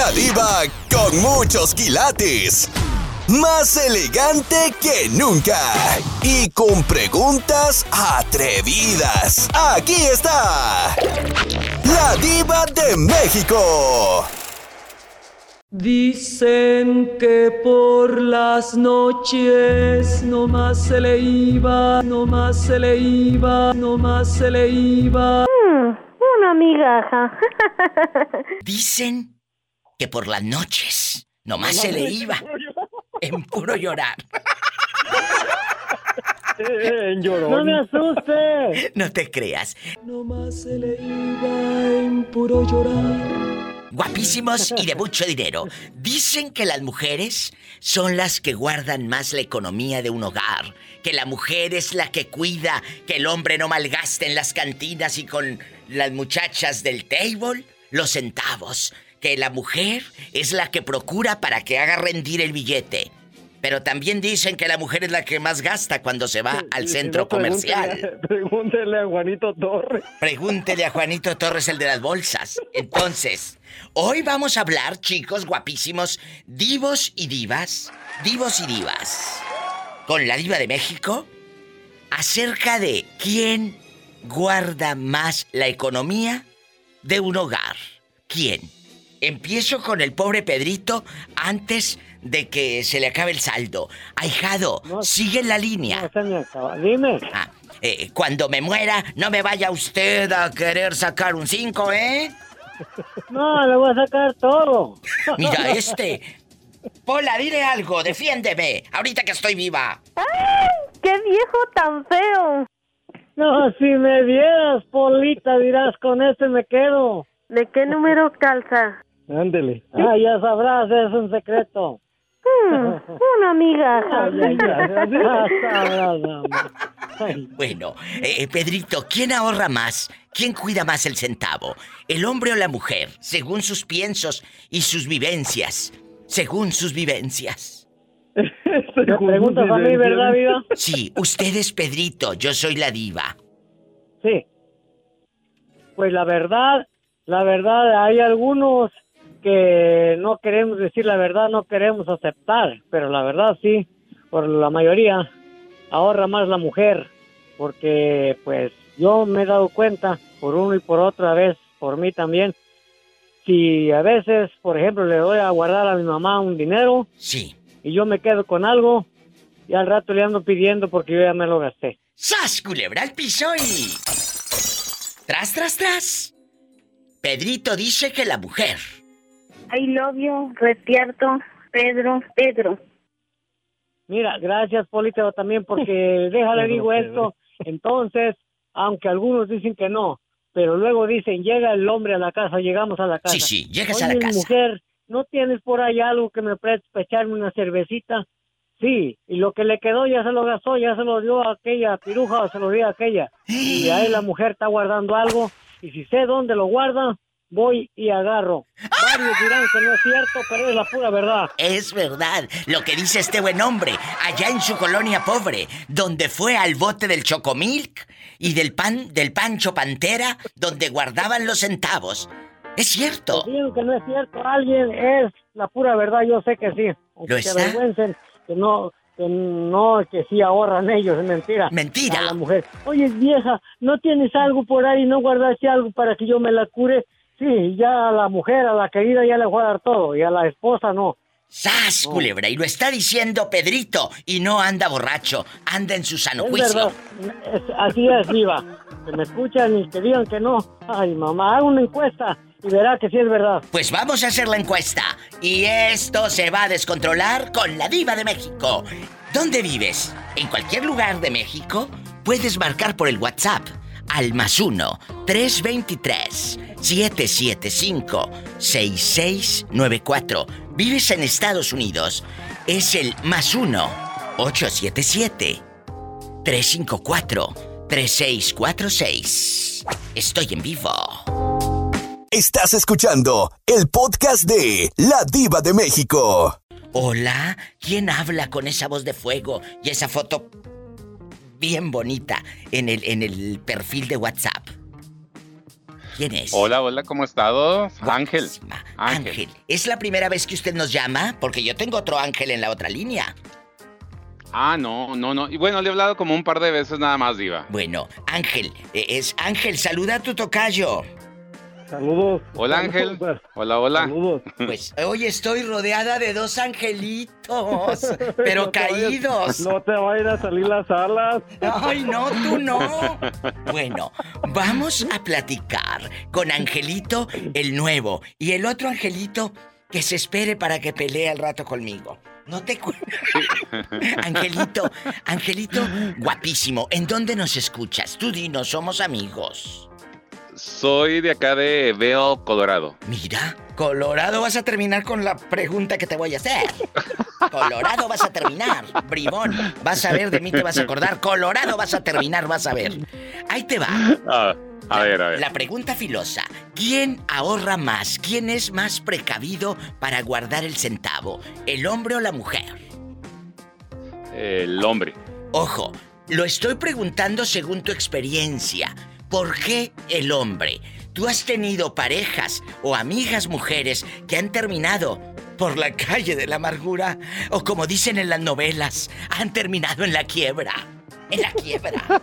La diva con muchos quilates, más elegante que nunca y con preguntas atrevidas. Aquí está la Diva de México. Dicen que por las noches nomás se le iba, nomás se le iba, nomás se le iba. Una migaja. Dicen que por las noches nomás se le iba en puro llorar. No me asustes. No te creas. Nomás se le iba en puro llorar. Guapísimos y de mucho dinero. Dicen que las mujeres son las que guardan más la economía de un hogar. Que la mujer es la que cuida que el hombre no malgaste en las cantinas y con las muchachas del table los centavos. Que la mujer es la que procura para que haga rendir el billete. Pero también dicen que la mujer es la que más gasta cuando se va al centro comercial. Pregúntele a Juanito Torres. Pregúntele a Juanito Torres, el de las bolsas. Entonces, hoy vamos a hablar, chicos guapísimos, divos y divas, con la Diva de México, acerca de quién guarda más la economía de un hogar. ¿Quién? Empiezo con el pobre Pedrito antes de que se le acabe el saldo. Ahijado, sigue en la línea. No se me acaba. Dime. Cuando me muera, no me vaya usted a querer sacar un 5, ¿eh? No, le voy a sacar todo. Mira, Pola, dile algo, defiéndeme, ahorita que estoy viva. ¡Ay! ¡Qué viejo tan feo! No, si me vieras, Polita, dirás, con este me quedo. ¿De qué número calza? Ándele. Ya sabrás, es un secreto. Una migaja. Ya sabrás, mamá. Bueno, Pedrito, ¿quién ahorra más? ¿Quién cuida más el centavo? ¿El hombre o la mujer? Según sus piensos y sus vivencias. Según sus vivencias. ¿Me preguntas a mí, verdad, Viva? Sí, usted es Pedrito, yo soy la Diva. Sí. Pues la verdad, hay algunos que no queremos decir la verdad, no queremos aceptar, pero la verdad sí, por la mayoría ahorra más la mujer, porque pues yo me he dado cuenta por uno y por otra vez, por mí también, si a veces, por ejemplo, le doy a guardar a mi mamá un dinero, sí, y yo me quedo con algo, y al rato le ando pidiendo porque yo ya me lo gasté. ¡Sas, culebra al piso y... tras, tras, tras! Pedrito dice que la mujer. I love you, Retierto, Pedro. Mira, gracias, Polita, también, porque déjale digo esto. Entonces, aunque algunos dicen que no, pero luego dicen, llega el hombre a la casa, llegamos a la casa. Sí, llegas Oye, a la casa. Mujer, ¿no tienes por ahí algo que me prestes para echarme una cervecita? Sí, y lo que le quedó ya se lo gastó, ya se lo dio a aquella piruja o se lo dio a aquella. Y ahí la mujer está guardando algo, y si sé dónde lo guarda, voy y agarro. Varios dirán que no es cierto, pero es la pura verdad. Es verdad lo que dice este buen hombre, allá en su colonia pobre, donde fue al bote del Chocomilk y del Pancho Pantera, donde guardaban los centavos. Es cierto. Te digo que no es cierto, alguien es la pura verdad, yo sé que sí. Aunque ¿Lo se está? avergüencen, que sí ahorran ellos, es mentira. Mentira. A la mujer, oye vieja, ¿no tienes algo por ahí? ¿No guardaste algo para que yo me la cure? Sí, ya a la mujer, a la querida ya le voy a dar todo, y a la esposa no. ¡Sas, culebra! Y lo está diciendo Pedrito, y no anda borracho, anda en su sano juicio. Así es, Viva. Que me escuchan y que digan que no. Ay, mamá, haga una encuesta y verá que sí es verdad. Pues vamos a hacer la encuesta. Y esto se va a descontrolar con la Diva de México. ¿Dónde vives? En cualquier lugar de México puedes marcar por el WhatsApp al +1 323 775 6694. ¿Vives en Estados Unidos? Es el +1 877 354 3646. Estoy en vivo. Estás escuchando el podcast de La Diva de México. Hola, ¿quién habla con esa voz de fuego y esa foto bien bonita en el perfil de WhatsApp? ¿Quién es? Hola, hola, ¿cómo ha estado? Ángel. Guapísima. Ángel. ¿Es la primera vez que usted nos llama? Porque yo tengo otro Ángel en la otra línea. No. Y bueno, le he hablado como un par de veces nada más, Diva. Bueno, Ángel, es Ángel, saluda a tu tocayo. Saludos. Hola, Ángel. Hola. Saludos. Pues hoy estoy rodeada de dos angelitos, pero No te caídos. No te vayan a salir las alas. Ay, no, tú no. Bueno, vamos a platicar con Angelito el nuevo y el otro Angelito que se espere para que pelee al rato conmigo. No te Angelito, guapísimo. ¿En dónde nos escuchas? Tú dinos, somos amigos. Soy de acá de Vail, Colorado. Mira, Colorado, vas a terminar con la pregunta que te voy a hacer. Colorado vas a terminar, bribón. Vas a ver, de mí te vas a acordar. Colorado vas a terminar, vas a ver. Ahí te va. A ver. La pregunta filosa. ¿Quién ahorra más? ¿Quién es más precavido para guardar el centavo? ¿El hombre o la mujer? El hombre. Ojo, lo estoy preguntando según tu experiencia. ¿Por qué el hombre? ¿Tú has tenido parejas o amigas mujeres que han terminado por la calle de la amargura? O como dicen en las novelas, han terminado en la quiebra. En la quiebra.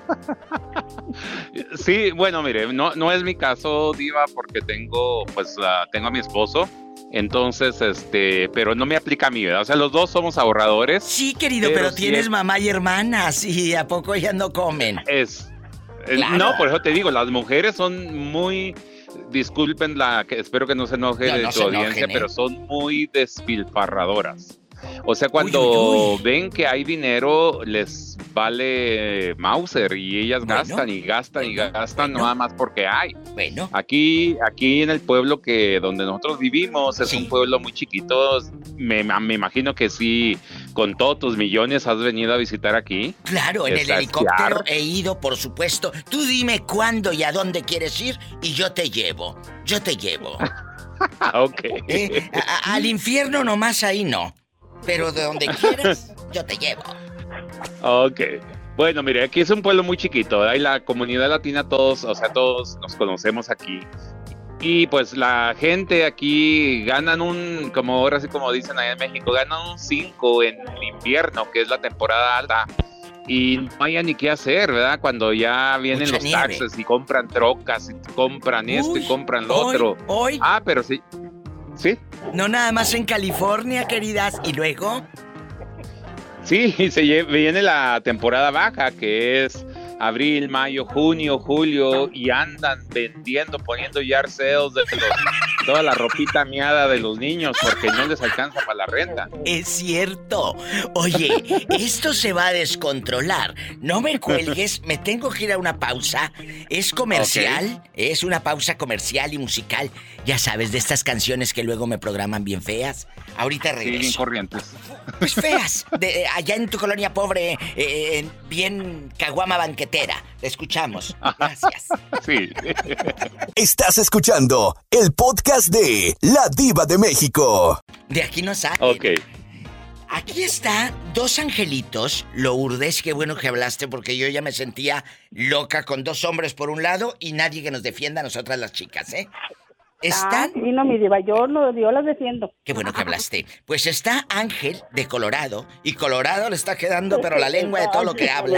Sí, bueno, mire, no es mi caso, Diva, porque tengo a mi esposo. Entonces, pero no me aplica a mí, ¿verdad? O sea, los dos somos ahorradores. Sí, querido, pero sí tienes mamá y hermanas y ¿a poco ellas no comen? Claro. No, por eso te digo, las mujeres son muy... Disculpen espero que no se enoje de tu audiencia, pero son muy despilfarradoras. O sea, cuando ven que hay dinero, les vale Mauser y ellas gastan nada más porque hay. Bueno. Aquí en el pueblo donde nosotros vivimos, es un pueblo muy chiquito. Me imagino que sí, con todos tus millones has venido a visitar aquí. Claro, en el helicóptero he ido, por supuesto. Tú dime cuándo y a dónde quieres ir y yo te llevo. Ok. Al infierno nomás ahí no. Pero de donde quieras, yo te llevo. Ok. Bueno, mire, aquí es un pueblo muy chiquito. Hay la comunidad latina, todos nos conocemos aquí. Y pues la gente aquí ganan como ahora sí como dicen allá en México, ganan un 5 en el invierno, que es la temporada alta. Y no hay ni qué hacer, ¿verdad? Cuando ya vienen mucha los nieve. taxes y compran trocas y compran y compran lo otro. Hoy. Pero sí. ¿Sí? No nada más en California, queridas. ¿Y luego? Sí, viene la temporada baja, que es abril, mayo, junio, julio, y andan vendiendo, poniendo yard sales de toda la ropita miada de los niños porque no les alcanza para la renta. Es cierto. Oye, esto se va a descontrolar. No me cuelgues, me tengo que ir a una pausa. Es comercial, es una pausa comercial y musical. Ya sabes, de estas canciones que luego me programan bien feas. Ahorita regreso. Sí, bien corrientes. Pues feas, allá en tu colonia pobre, bien caguama banquetera. Te escuchamos. Gracias. Sí. Estás escuchando el podcast de La Diva de México. De aquí no salen. Ok. Aquí está dos angelitos. Lourdes, qué bueno que hablaste porque yo ya me sentía loca con dos hombres por un lado y nadie que nos defienda a nosotras las chicas, ¿eh? ¿Están? Sí, no, mi diva, yo las defiendo. Qué bueno que hablaste. Pues está Ángel de Colorado y Colorado le está quedando pero la lengua de todo lo que habla.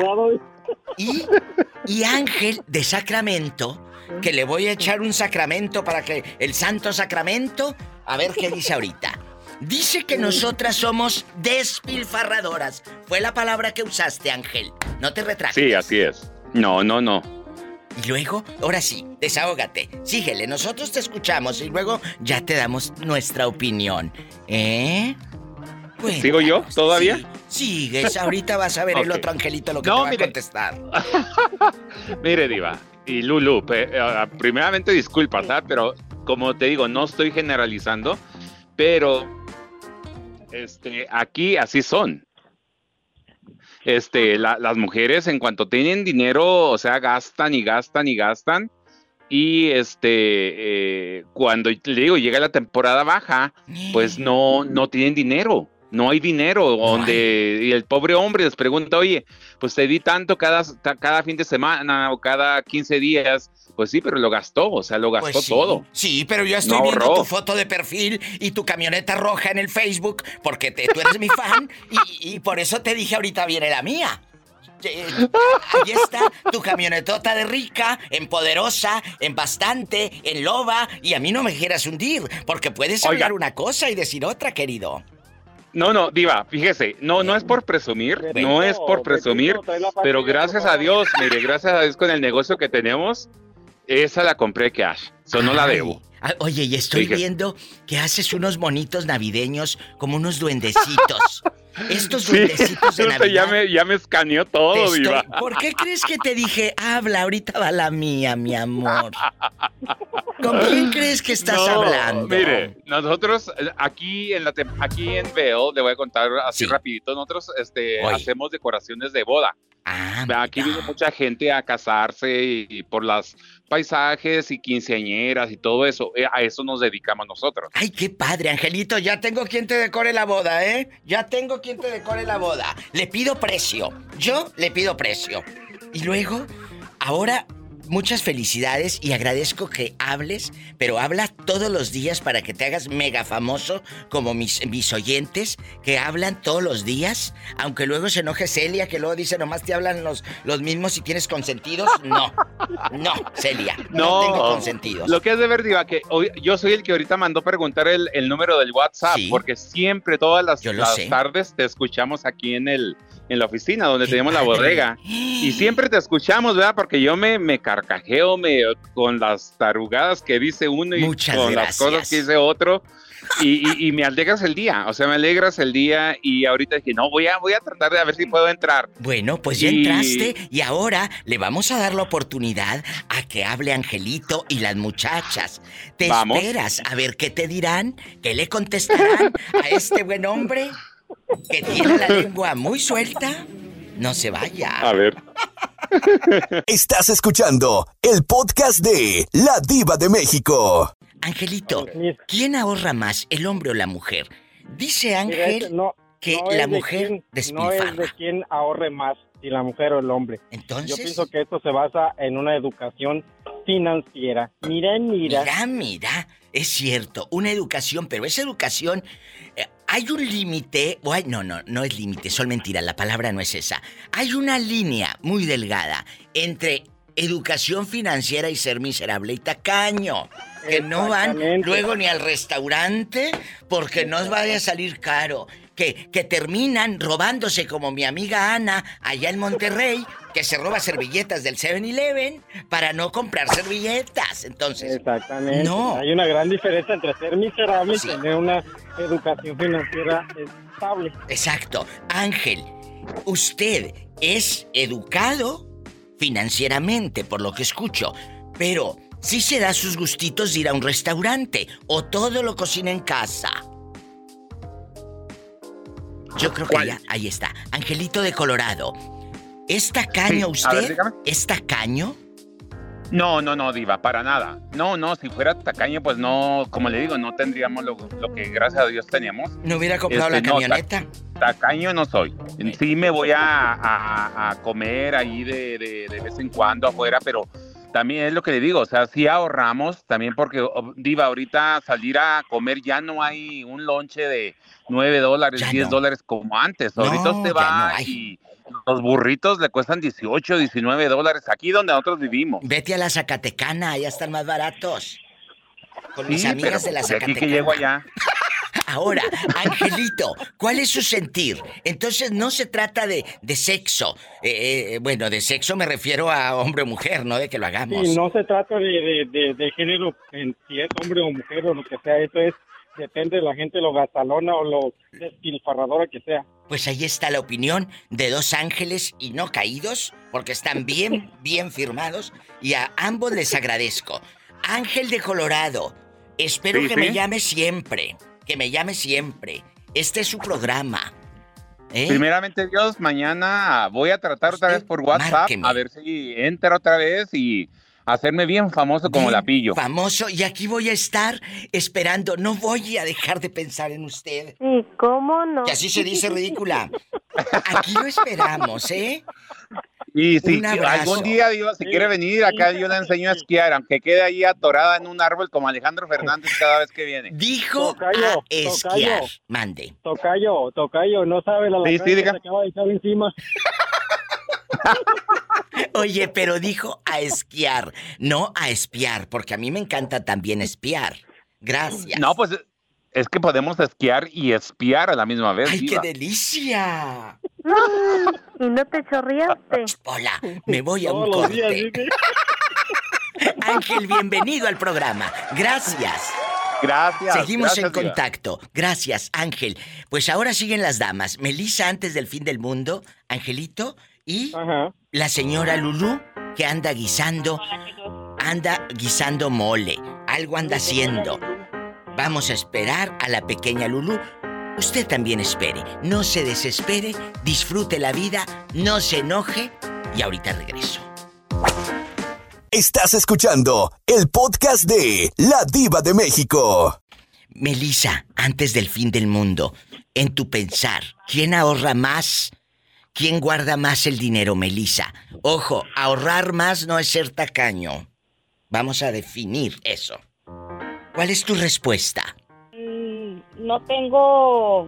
Y Ángel de Sacramento, que le voy a echar un sacramento para que el santo sacramento, a ver qué dice ahorita. Dice que nosotras somos despilfarradoras. Fue la palabra que usaste, Ángel. No te retractes. Sí, así es. No. Y luego, ahora sí, desahógate. Síguele, nosotros te escuchamos y luego ya te damos nuestra opinión. Cuéntanos. ¿Sigo yo todavía? Sí, sigues, ahorita vas a ver el otro angelito lo que te va a contestar. Mire, Diva y Lulu, primeramente disculpas, ¿sabes? Pero como te digo, no estoy generalizando, pero aquí así son. Las mujeres en cuanto tienen dinero, o sea, gastan y cuando le digo llega la temporada baja, pues no tienen dinero, no hay dinero, y el pobre hombre les pregunta, oye, pues te di tanto cada fin de semana o cada 15 días, pues sí, pero lo gastó, o sea, lo gastó Pues sí, todo. Sí, pero yo estoy viendo tu foto de perfil y tu camioneta roja en el Facebook, porque tú eres mi fan, y por eso te dije ahorita viene la mía. Ahí está tu camionetota de rica, en poderosa, en bastante, en loba, y a mí no me quieras hundir, porque puedes hablar una cosa y decir otra, querido. No, Diva, fíjese, no es por presumir, pero gracias a Dios, mire, gracias a Dios con el negocio que tenemos, esa la compré cash, eso no la debo. Oye, y estoy viendo que haces unos monitos navideños como unos duendecitos. Estos duendecitos de Navidad. Ya me escaneó todo, Diva. ¿Por qué crees que te dije, habla, ahorita va la mía, mi amor? ¿Con quién crees que estás hablando? Mire, nosotros aquí en Vail, le voy a contar así rapidito, nosotros hacemos decoraciones de boda. Aquí viene mucha gente a casarse y por los paisajes y quinceañeras y todo eso. A eso nos dedicamos nosotros. Ay, qué padre, Angelito. Ya tengo quien te decore la boda, ¿eh? Ya tengo quien te decore la boda. Le pido precio. Yo le pido precio. Y luego, ahora, muchas felicidades y agradezco que hables, pero habla todos los días para que te hagas mega famoso como mis oyentes que hablan todos los días, aunque luego se enoje Celia, que luego dice nomás te hablan los mismos si tienes consentidos. No, Celia, no tengo consentidos. Lo que es de ver, Diva, que yo soy el que ahorita mandó preguntar el número del WhatsApp, porque siempre todas las tardes te escuchamos aquí en la oficina donde tenemos la bodega y siempre te escuchamos, ¿verdad? Porque yo me carcajeo con las tarugadas que dice uno y las cosas que dice otro y me alegras el día, y ahorita dije, no, voy a tratar de a ver si puedo entrar. Bueno, pues ya entraste y ahora le vamos a dar la oportunidad a que hable Angelito y las muchachas. ¿Te esperas a ver qué te dirán? ¿Qué le contestarán a este buen hombre que tiene la lengua muy suelta? No se vaya. A ver. Estás escuchando el podcast de La Diva de México. Angelito, ¿quién ahorra más, el hombre o la mujer? Dice Ángel que la mujer despilfarra. No es de quién ahorre más, si la mujer o el hombre. Entonces, yo pienso que esto se basa en una educación financiera. Mira. Es cierto, una educación, pero esa educación... hay un límite... No es límite, son mentiras, la palabra no es esa. Hay una línea muy delgada entre educación financiera y ser miserable y tacaño. Que no van luego ni al restaurante porque no os vaya a salir caro. Que terminan robándose como mi amiga Ana allá en Monterrey, que se roba servilletas del 7-Eleven para no comprar servilletas. Entonces, exactamente. No. Hay una gran diferencia entre ser miserable y tener una educación financiera estable. Exacto. Ángel, usted es educado financieramente, por lo que escucho, pero sí se da sus gustitos de ir a un restaurante o todo lo cocina en casa. Yo creo que ya, ahí está. Angelito de Colorado. ¿Es tacaño usted? Ver, ¿Es tacaño? No, Diva, para nada. No, si fuera tacaño, pues no, como le digo, no tendríamos lo que gracias a Dios teníamos. ¿No hubiera comprado la camioneta? Tacaño no soy. Sí me voy a comer ahí de vez en cuando afuera, pero también es lo que le digo, o sea, sí ahorramos también porque, Diva, ahorita salir a comer ya no hay un lonche de $9, $10 como antes. Ahorita usted va y los burritos le cuestan $18, $19 aquí donde nosotros vivimos. Vete a la Zacatecana, allá están más baratos. Con mis amigas de la Zacatecana. Aquí que llego allá. Ahora, Angelito, ¿cuál es su sentir? Entonces no se trata de sexo. Bueno, de sexo me refiero a hombre o mujer, no de que lo hagamos. Sí, no se trata de género, si es hombre o mujer o lo que sea, eso es, depende de la gente, lo gastalona o lo despilfarradora que sea. Pues ahí está la opinión de dos ángeles y no caídos, porque están bien firmados, y a ambos les agradezco. Ángel de Colorado, espero que me llame siempre. Que me llame siempre. Este es su programa. Primeramente Dios, mañana voy a tratar otra vez por WhatsApp. Márqueme. A ver si entra otra vez y hacerme bien famoso como la Pillo. Famoso, y aquí voy a estar esperando. No voy a dejar de pensar en usted. ¿Y cómo no? Que así se dice, ridícula. Aquí lo esperamos, ¿eh? Y si Un abrazo. algún día Dios, si quiere venir acá, yo le enseño a esquiar, aunque quede ahí atorada en un árbol como Alejandro Fernández cada vez que viene. Dijo Tocayo, a esquiar. tocayo. Mande. Tocayo, no sabe la Sí, lacra que diga. se acaba de echar encima. Oye, pero dijo a esquiar, no a espiar, porque a mí me encanta también espiar. Gracias. No, pues es que podemos esquiar y espiar a la misma vez. ¡Ay, Diva. qué delicia! ¿Y no te chorreaste? Hola, me voy a un Todos los días, corte. ¿sí? Ángel, bienvenido al programa. Gracias. Gracias. Seguimos gracias, en Diva. contacto. Gracias, Ángel. Pues ahora siguen las damas. Melissa antes del fin del mundo, Angelito y Ajá. la señora Lulú que anda guisando mole. Algo anda haciendo. Vamos a esperar a la pequeña Lulú. Usted también espere. No se desespere, disfrute la vida, no se enoje y ahorita regreso. Estás escuchando el podcast de La Diva de México. Melissa, antes del fin del mundo, en tu pensar, ¿quién ahorra más? ¿Quién guarda más el dinero, Melissa? Ojo, ahorrar más no es ser tacaño. Vamos a definir eso. ¿Cuál es tu respuesta? No tengo...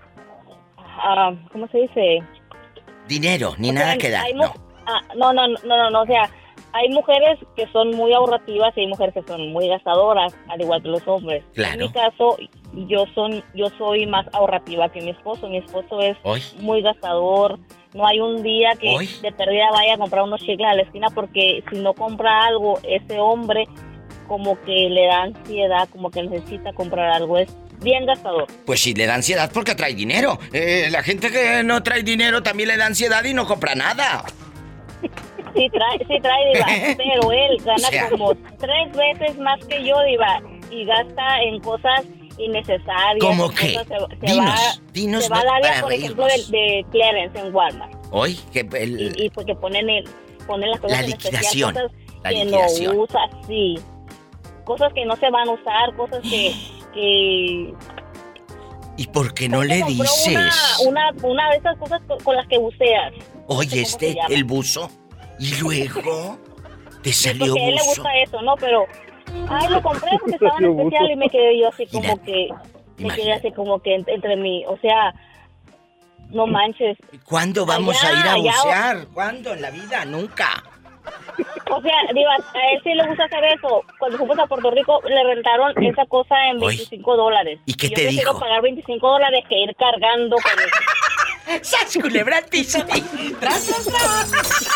¿cómo se dice? Dinero, ni O sea, nada que dar, hay no. no, o sea, hay mujeres que son muy ahorrativas y hay mujeres que son muy gastadoras, al igual que los hombres. Claro. En mi caso, yo soy más ahorrativa que mi esposo. Mi esposo es Hoy. muy gastador. No hay un día que Hoy. de perdida vaya a comprar unos chicles a la esquina, porque si no compra algo, ese hombre como que le da ansiedad, como que necesita comprar algo. Es bien gastador. Pues sí, le da ansiedad porque trae dinero. La gente que no trae dinero también le da ansiedad y no compra nada. Sí trae, Diva, pero él gana O sea. como 3 veces más que yo, Diva, y gasta en cosas innecesarias. ¿Cómo en qué? cosas, Dinos se va al área, para por ejemplo, reírnos. de clearance en Walmart. Hoy, que Y porque ponen las cosas La en especial, liquidación, cosas la que liquidación. no usa, sí. Cosas que no se van a usar, cosas que ¿Y por qué no le compró dices? una de esas cosas con las que buceas. Oye, No sé cómo se llama. el buzo. Y luego te salió Porque a él le buzo. gusta eso, ¿no? Pero, lo compré porque estaba en especial y me quedé yo así como Mira, que, imagínate. entre mí, o sea, no manches. ¿Cuándo vamos Allá, a ir a allá. bucear? ¿Cuándo? En la vida, nunca. O sea, Diva, a él sí le gusta hacer eso. Cuando fuimos a Puerto Rico, le rentaron esa cosa en Oy. $25. ¿Y qué Yo te prefiero dijo? pagar $25 que ir cargando con eso. ¡Sas, culebra, al piso! ¡Tras, tras, tras!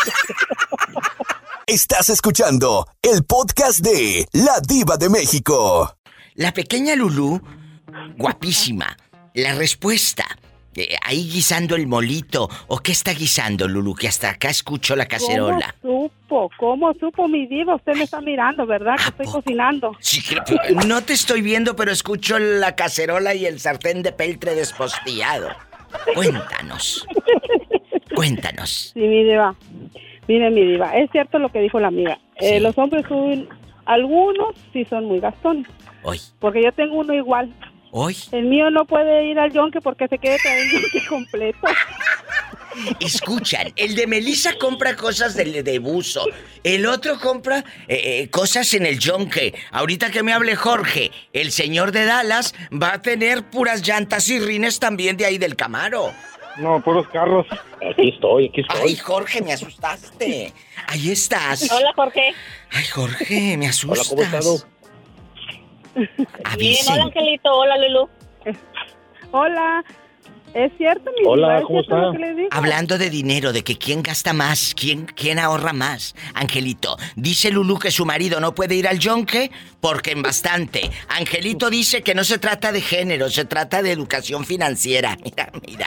Estás escuchando el podcast de La Diva de México. La pequeña Lulú, guapísima. La respuesta. Ahí guisando el molito. ¿O qué está guisando, Lulú? Que hasta acá escucho la cacerola. ¿Cómo supo mi Diva? Usted me está mirando, ¿verdad? Que ¿A estoy poco? cocinando. Sí, no te estoy viendo, pero escucho la cacerola y el sartén de peltre despostillado. Cuéntanos. Cuéntanos. Sí, mi Diva. Mire, mi Diva, es cierto lo que dijo la amiga. Sí. Los hombres son, algunos sí son muy gastones. Hoy, Porque yo tengo uno igual. hoy. El mío no puede ir al yonque porque se quede todo el yonque completo. Escuchan, el de Melissa compra cosas de buzo. El otro compra cosas en el yonque. Ahorita que me hable Jorge, el señor de Dallas va a tener puras llantas y rines también de ahí del Camaro. No, puros carros. Aquí estoy. Ay, Jorge, me asustaste. Ahí estás. Hola, Jorge. Ay, Jorge, me asustas. Hola, ¿cómo estás? Bien, Avisen. hola, Angelito. Hola, Lulu. Hola, ¿es cierto, mi Hola, Diva? ¿Es ¿cómo cierto está? lo que le digo? Hablando de dinero, de que quién gasta más, quién ahorra más. Angelito, dice Lulú que su marido no puede ir al yonque porque en bastante. Angelito dice que no se trata de género, se trata de educación financiera. Mira.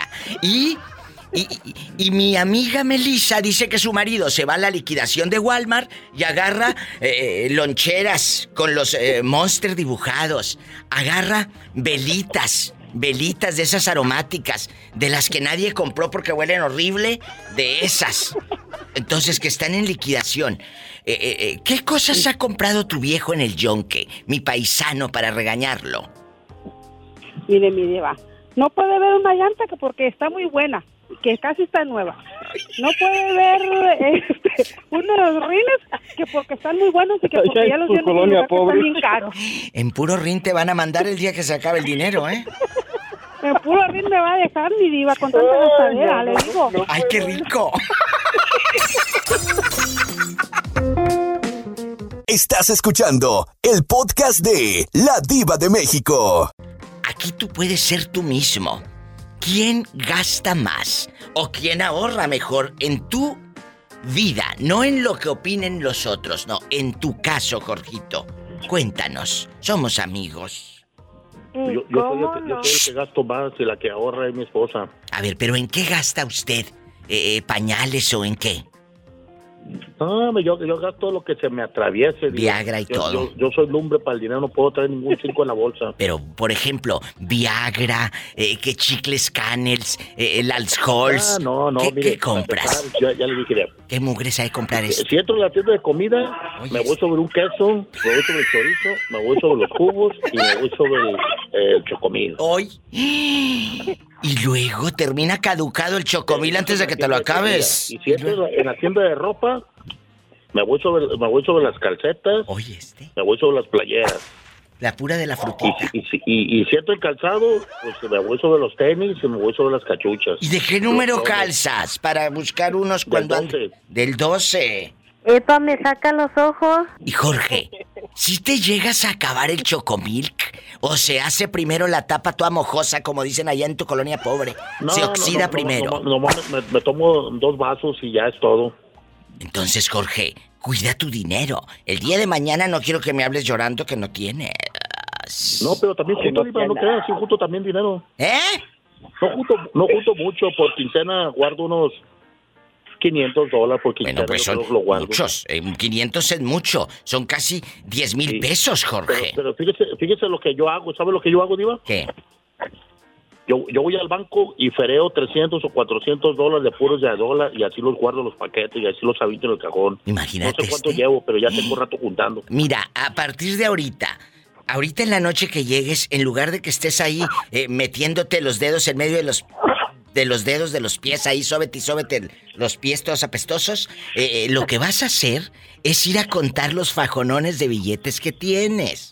Y mi amiga Melissa dice que su marido se va a la liquidación de Walmart y agarra loncheras con los Monster dibujados. Agarra velitas velitas de esas aromáticas, de las que nadie compró porque huelen horrible, de esas. Entonces, que están en liquidación. ¿Qué cosas ha comprado tu viejo en el yonque, mi paisano, para regañarlo? Mire, mi diva, no puede ver una llanta que porque está muy buena, que casi está nueva. No puede ver unos rines que porque están muy buenos y que porque ya los vieron en lugar que están bien caros. En puro rin te van a mandar el día que se acabe el dinero, ¿eh? En puro rin me va a dejar, mi diva, con tanta gastadera, le digo. ¡Ay, qué rico! Estás escuchando el podcast de La Diva de México. Aquí tú puedes ser tú mismo. ¿Quién gasta más o quién ahorra mejor en tu vida? No en lo que opinen los otros, no, en tu caso, Jorgito. Cuéntanos, somos amigos. Yo soy el que gasto más y la que ahorra es mi esposa. A ver, pero ¿en qué gasta usted? ¿Pañales o en qué? No, yo gasto lo que se me atraviese. Viagra y todo. Yo soy lumbre para el dinero, no puedo traer ningún 5 en la bolsa. Pero, por ejemplo, Viagra, que chicles Canels, el Alsholz. No, ¿Qué compras? Ya le dije. ¿Qué mugres hay que comprar esto? Si entro en la tienda de comida, me voy sobre un queso, me voy sobre el chorizo, me voy sobre los jugos y me voy sobre el chocomil. Hoy. Y luego termina caducado el chocomil antes de que te lo acabes. Y si entro en la tienda de ropa, me voy sobre las calcetas. Oye, me voy sobre las playeras. La pura de la frutita. Y si entro en calzado, pues me voy sobre los tenis y me voy sobre las cachuchas. ¿Y de qué número calzas? Para buscar unos cuando... Del 12. Epa, me saca los ojos. Y Jorge, ¿si te llegas a acabar el chocomilk? ¿O se hace primero la tapa toda mojosa, como dicen allá en tu colonia pobre? Se oxida primero. No, me tomo 2 vasos y ya es todo. Entonces, Jorge, cuida tu dinero. El día de mañana no quiero que me hables llorando que no tienes. No, pero también junto, no creas, sí junto también dinero. ¿Eh? No junto mucho, por quincena guardo unos $500 por quincena. Bueno, pues son muchos. 500 es mucho. Son casi 10,000 pesos, Jorge. Pero fíjese lo que yo hago. ¿Sabe lo que yo hago, Diva? ¿Qué? Yo voy al banco y fereo $300 o $400 de puros de $1 y así los guardo los paquetes y así los aviento en el cajón. Imagínate. No sé cuánto llevo, pero ya tengo rato juntando. Mira, a partir de ahorita en la noche que llegues, en lugar de que estés ahí metiéndote los dedos en medio de los dedos de los pies ahí, sóbete los pies todos apestosos, lo que vas a hacer es ir a contar los fajonones de billetes que tienes.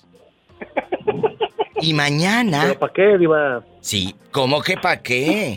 Y mañana... ¿Pero para qué, Diva? Sí, ¿cómo que para qué?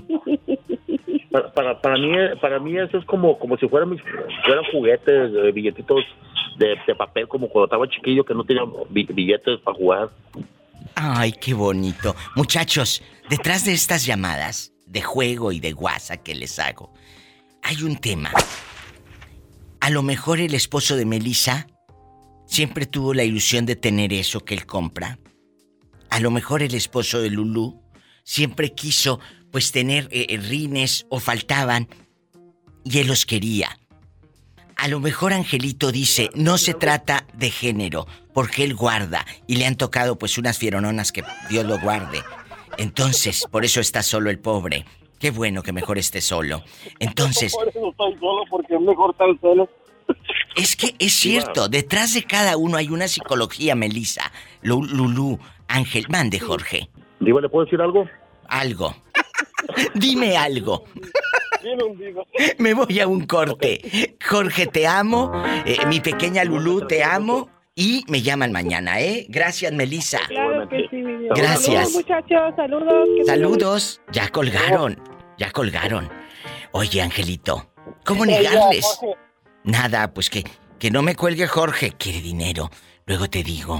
Para mí eso es como si fueran juguetes, billetitos de papel, como cuando estaba chiquillo que no tenía billetes para jugar. Ay, qué bonito. Muchachos, detrás de estas llamadas de juego y de guasa que les hago, hay un tema. A lo mejor el esposo de Melissa siempre tuvo la ilusión de tener eso que él compra. A lo mejor el esposo de Lulú siempre quiso, pues, tener rines o faltaban y él los quería. A lo mejor Angelito dice, no se trata de género, porque él guarda y le han tocado, pues, unas fierononas que Dios lo guarde. Entonces, por eso está solo el pobre. Qué bueno que mejor esté solo. Entonces... Por eso estoy solo, porque es mejor estar solo. Es que es cierto, detrás de cada uno hay una psicología, Melissa. Lulú, Ángel, mande, Jorge. Diva, ¿le puedo decir algo? Algo. Dime algo. Dime. Me voy a un corte. Okay. Jorge, te amo. Mi pequeña Lulú, te amo. Y me llaman mañana, ¿eh? Gracias, Melissa. Claro que sí, mi vida. Gracias. Saludos, muchachos, saludos. Saludos. Ya colgaron. Oye, Angelito, ¿cómo negarles? Nada, pues que no me cuelgue Jorge. Quiere dinero. Luego te digo.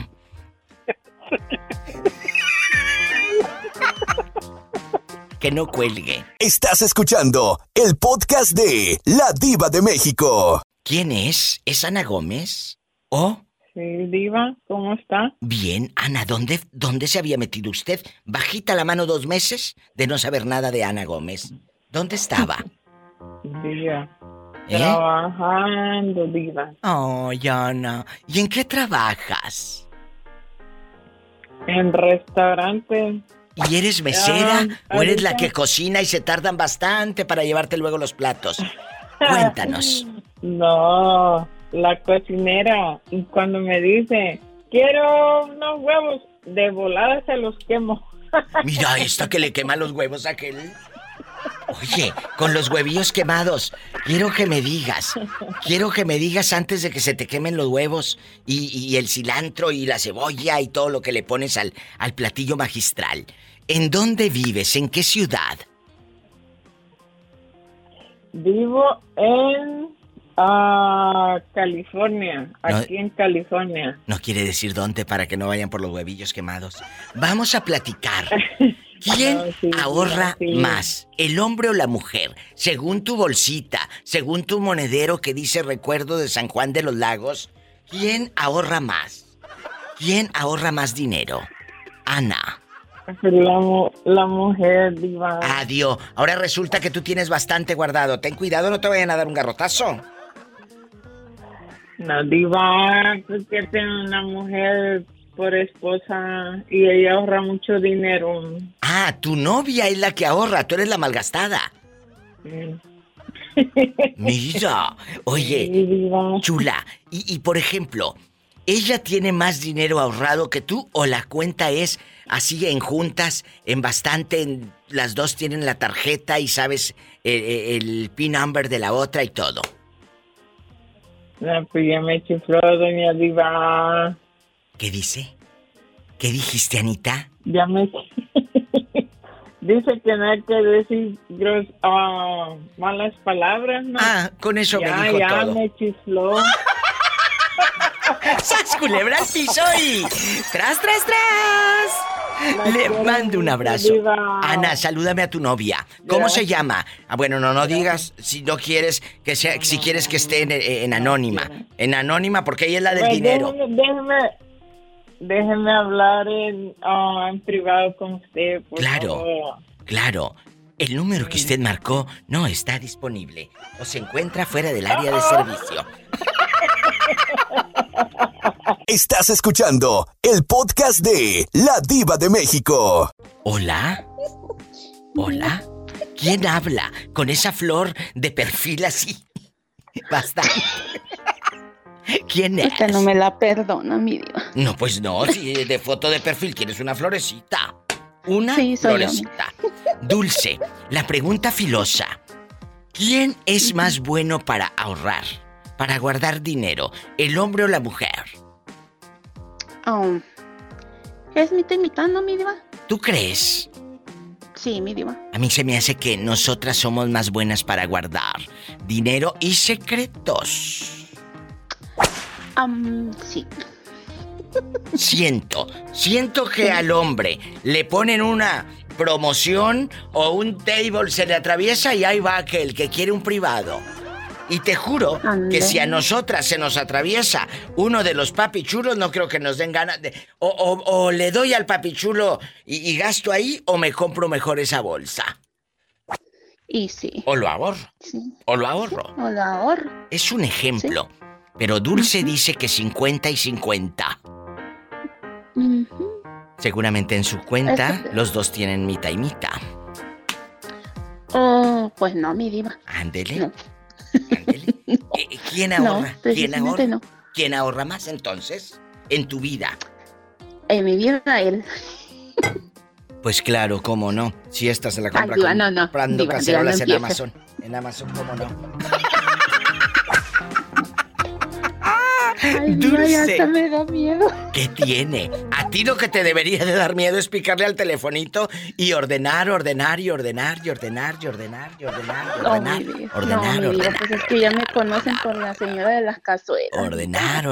Que no cuelgue. Estás escuchando el podcast de La Diva de México. ¿Quién es? ¿Es Ana Gómez? ¿O? Sí, Diva, ¿cómo está? Bien, Ana, ¿dónde se había metido usted? Bajita la mano 2 meses de no saber nada de Ana Gómez. ¿Dónde estaba? Diva. Trabajando, Diva. Oh, Ana. ¿Y en qué trabajas? En restaurante. ¿Y eres mesera o eres la ahorita- que cocina y se tardan bastante para llevarte luego los platos? Cuéntanos. No, la cocinera. Y cuando me dice, quiero unos huevos, de volada se los quemo. Mira esta que le quema los huevos a aquel. Oye, con los huevillos quemados, quiero que me digas antes de que se te quemen los huevos y el cilantro y la cebolla y todo lo que le pones al platillo magistral. ¿En dónde vives? ¿En qué ciudad? Vivo en California, aquí en California. No quiere decir dónde para que no vayan por los huevillos quemados. Vamos a platicar. ¿Quién ahorra más, el hombre o la mujer? Según tu bolsita, según tu monedero que dice recuerdo de San Juan de los Lagos, ¿quién ahorra más? ¿Quién ahorra más dinero? Ana. La mujer, diva. Adiós. Ahora resulta que tú tienes bastante guardado. Ten cuidado, no te vayan a dar un garrotazo. No, diva, porque tengo una mujer por esposa y ella ahorra mucho dinero. Ah, tu novia es la que ahorra, tú eres la malgastada. Mira, oye, chula, y por ejemplo, ¿ella tiene más dinero ahorrado que tú o la cuenta es así en juntas, en bastante, las dos tienen la tarjeta y sabes el PIN number de la otra y todo? No, pues ya me chifló, doña Diva. ¿Qué dice? ¿Qué dijiste, Anita? Ya me... Dice que no hay que decir malas palabras, ¿no? Ah, con eso ya, me dijo ya todo. Ya me chifló. ¡Sas, culebra al piso y... ¡Tras, tras, tras! Le mando un abrazo. Diva. Ana, salúdame a tu novia. ¿Cómo se llama? Ah, bueno, no digas si no quieres que sea, si quieres que esté en anónima. En anónima porque ella es la del Pues dinero. Déjeme hablar en privado con usted, por favor. Claro. El número que usted marcó no está disponible o se encuentra fuera del área de servicio. Estás escuchando el podcast de La Diva de México. ¿Hola? ¿Hola? ¿Quién habla con esa flor de perfil así? Bastante. ¿Quién es? Usted no me la perdona, mi diva. No, pues no, si de foto de perfil quieres una florecita. Una sí, soy florecita. Dulce, la pregunta filosa. ¿Quién es más bueno para ahorrar, para guardar dinero, el hombre o la mujer? Es mitad y mitad, ¿no, mi diva? ¿Tú crees? Sí, mi diva. A mí se me hace que nosotras somos más buenas para guardar dinero y secretos. Sí. Siento que al hombre le ponen una promoción o un table, se le atraviesa y ahí va aquel que quiere un privado. Y te juro que si a nosotras se nos atraviesa uno de los papichulos, no creo que nos den ganas de... O le doy al papichulo y gasto ahí, o me compro mejor esa bolsa. Y sí. O lo ahorro. Sí. O lo ahorro. O lo ahorro. Es un ejemplo. Sí. Pero Dulce dice que 50 y 50. Seguramente en su cuenta los dos tienen mitad y mitad. Oh, pues no, mi diva. Ándele. No. Ándele. ¿Quién ahorra? No, ¿Quién ahorra? No. ¿Quién ahorra más entonces? En tu vida. En mi vida, él. Pues claro, cómo no. Si esta se la compra diva, comprando diva, cacerolas no en Amazon. En Amazon, cómo no. Ay, Dulce. ya hasta me da miedo. ¿Qué tiene? A ti lo que te debería de dar miedo es picarle al telefonito y ordenar. No, mi vida, pues es que ya me conocen por la señora de las cazuelas. Ordenar.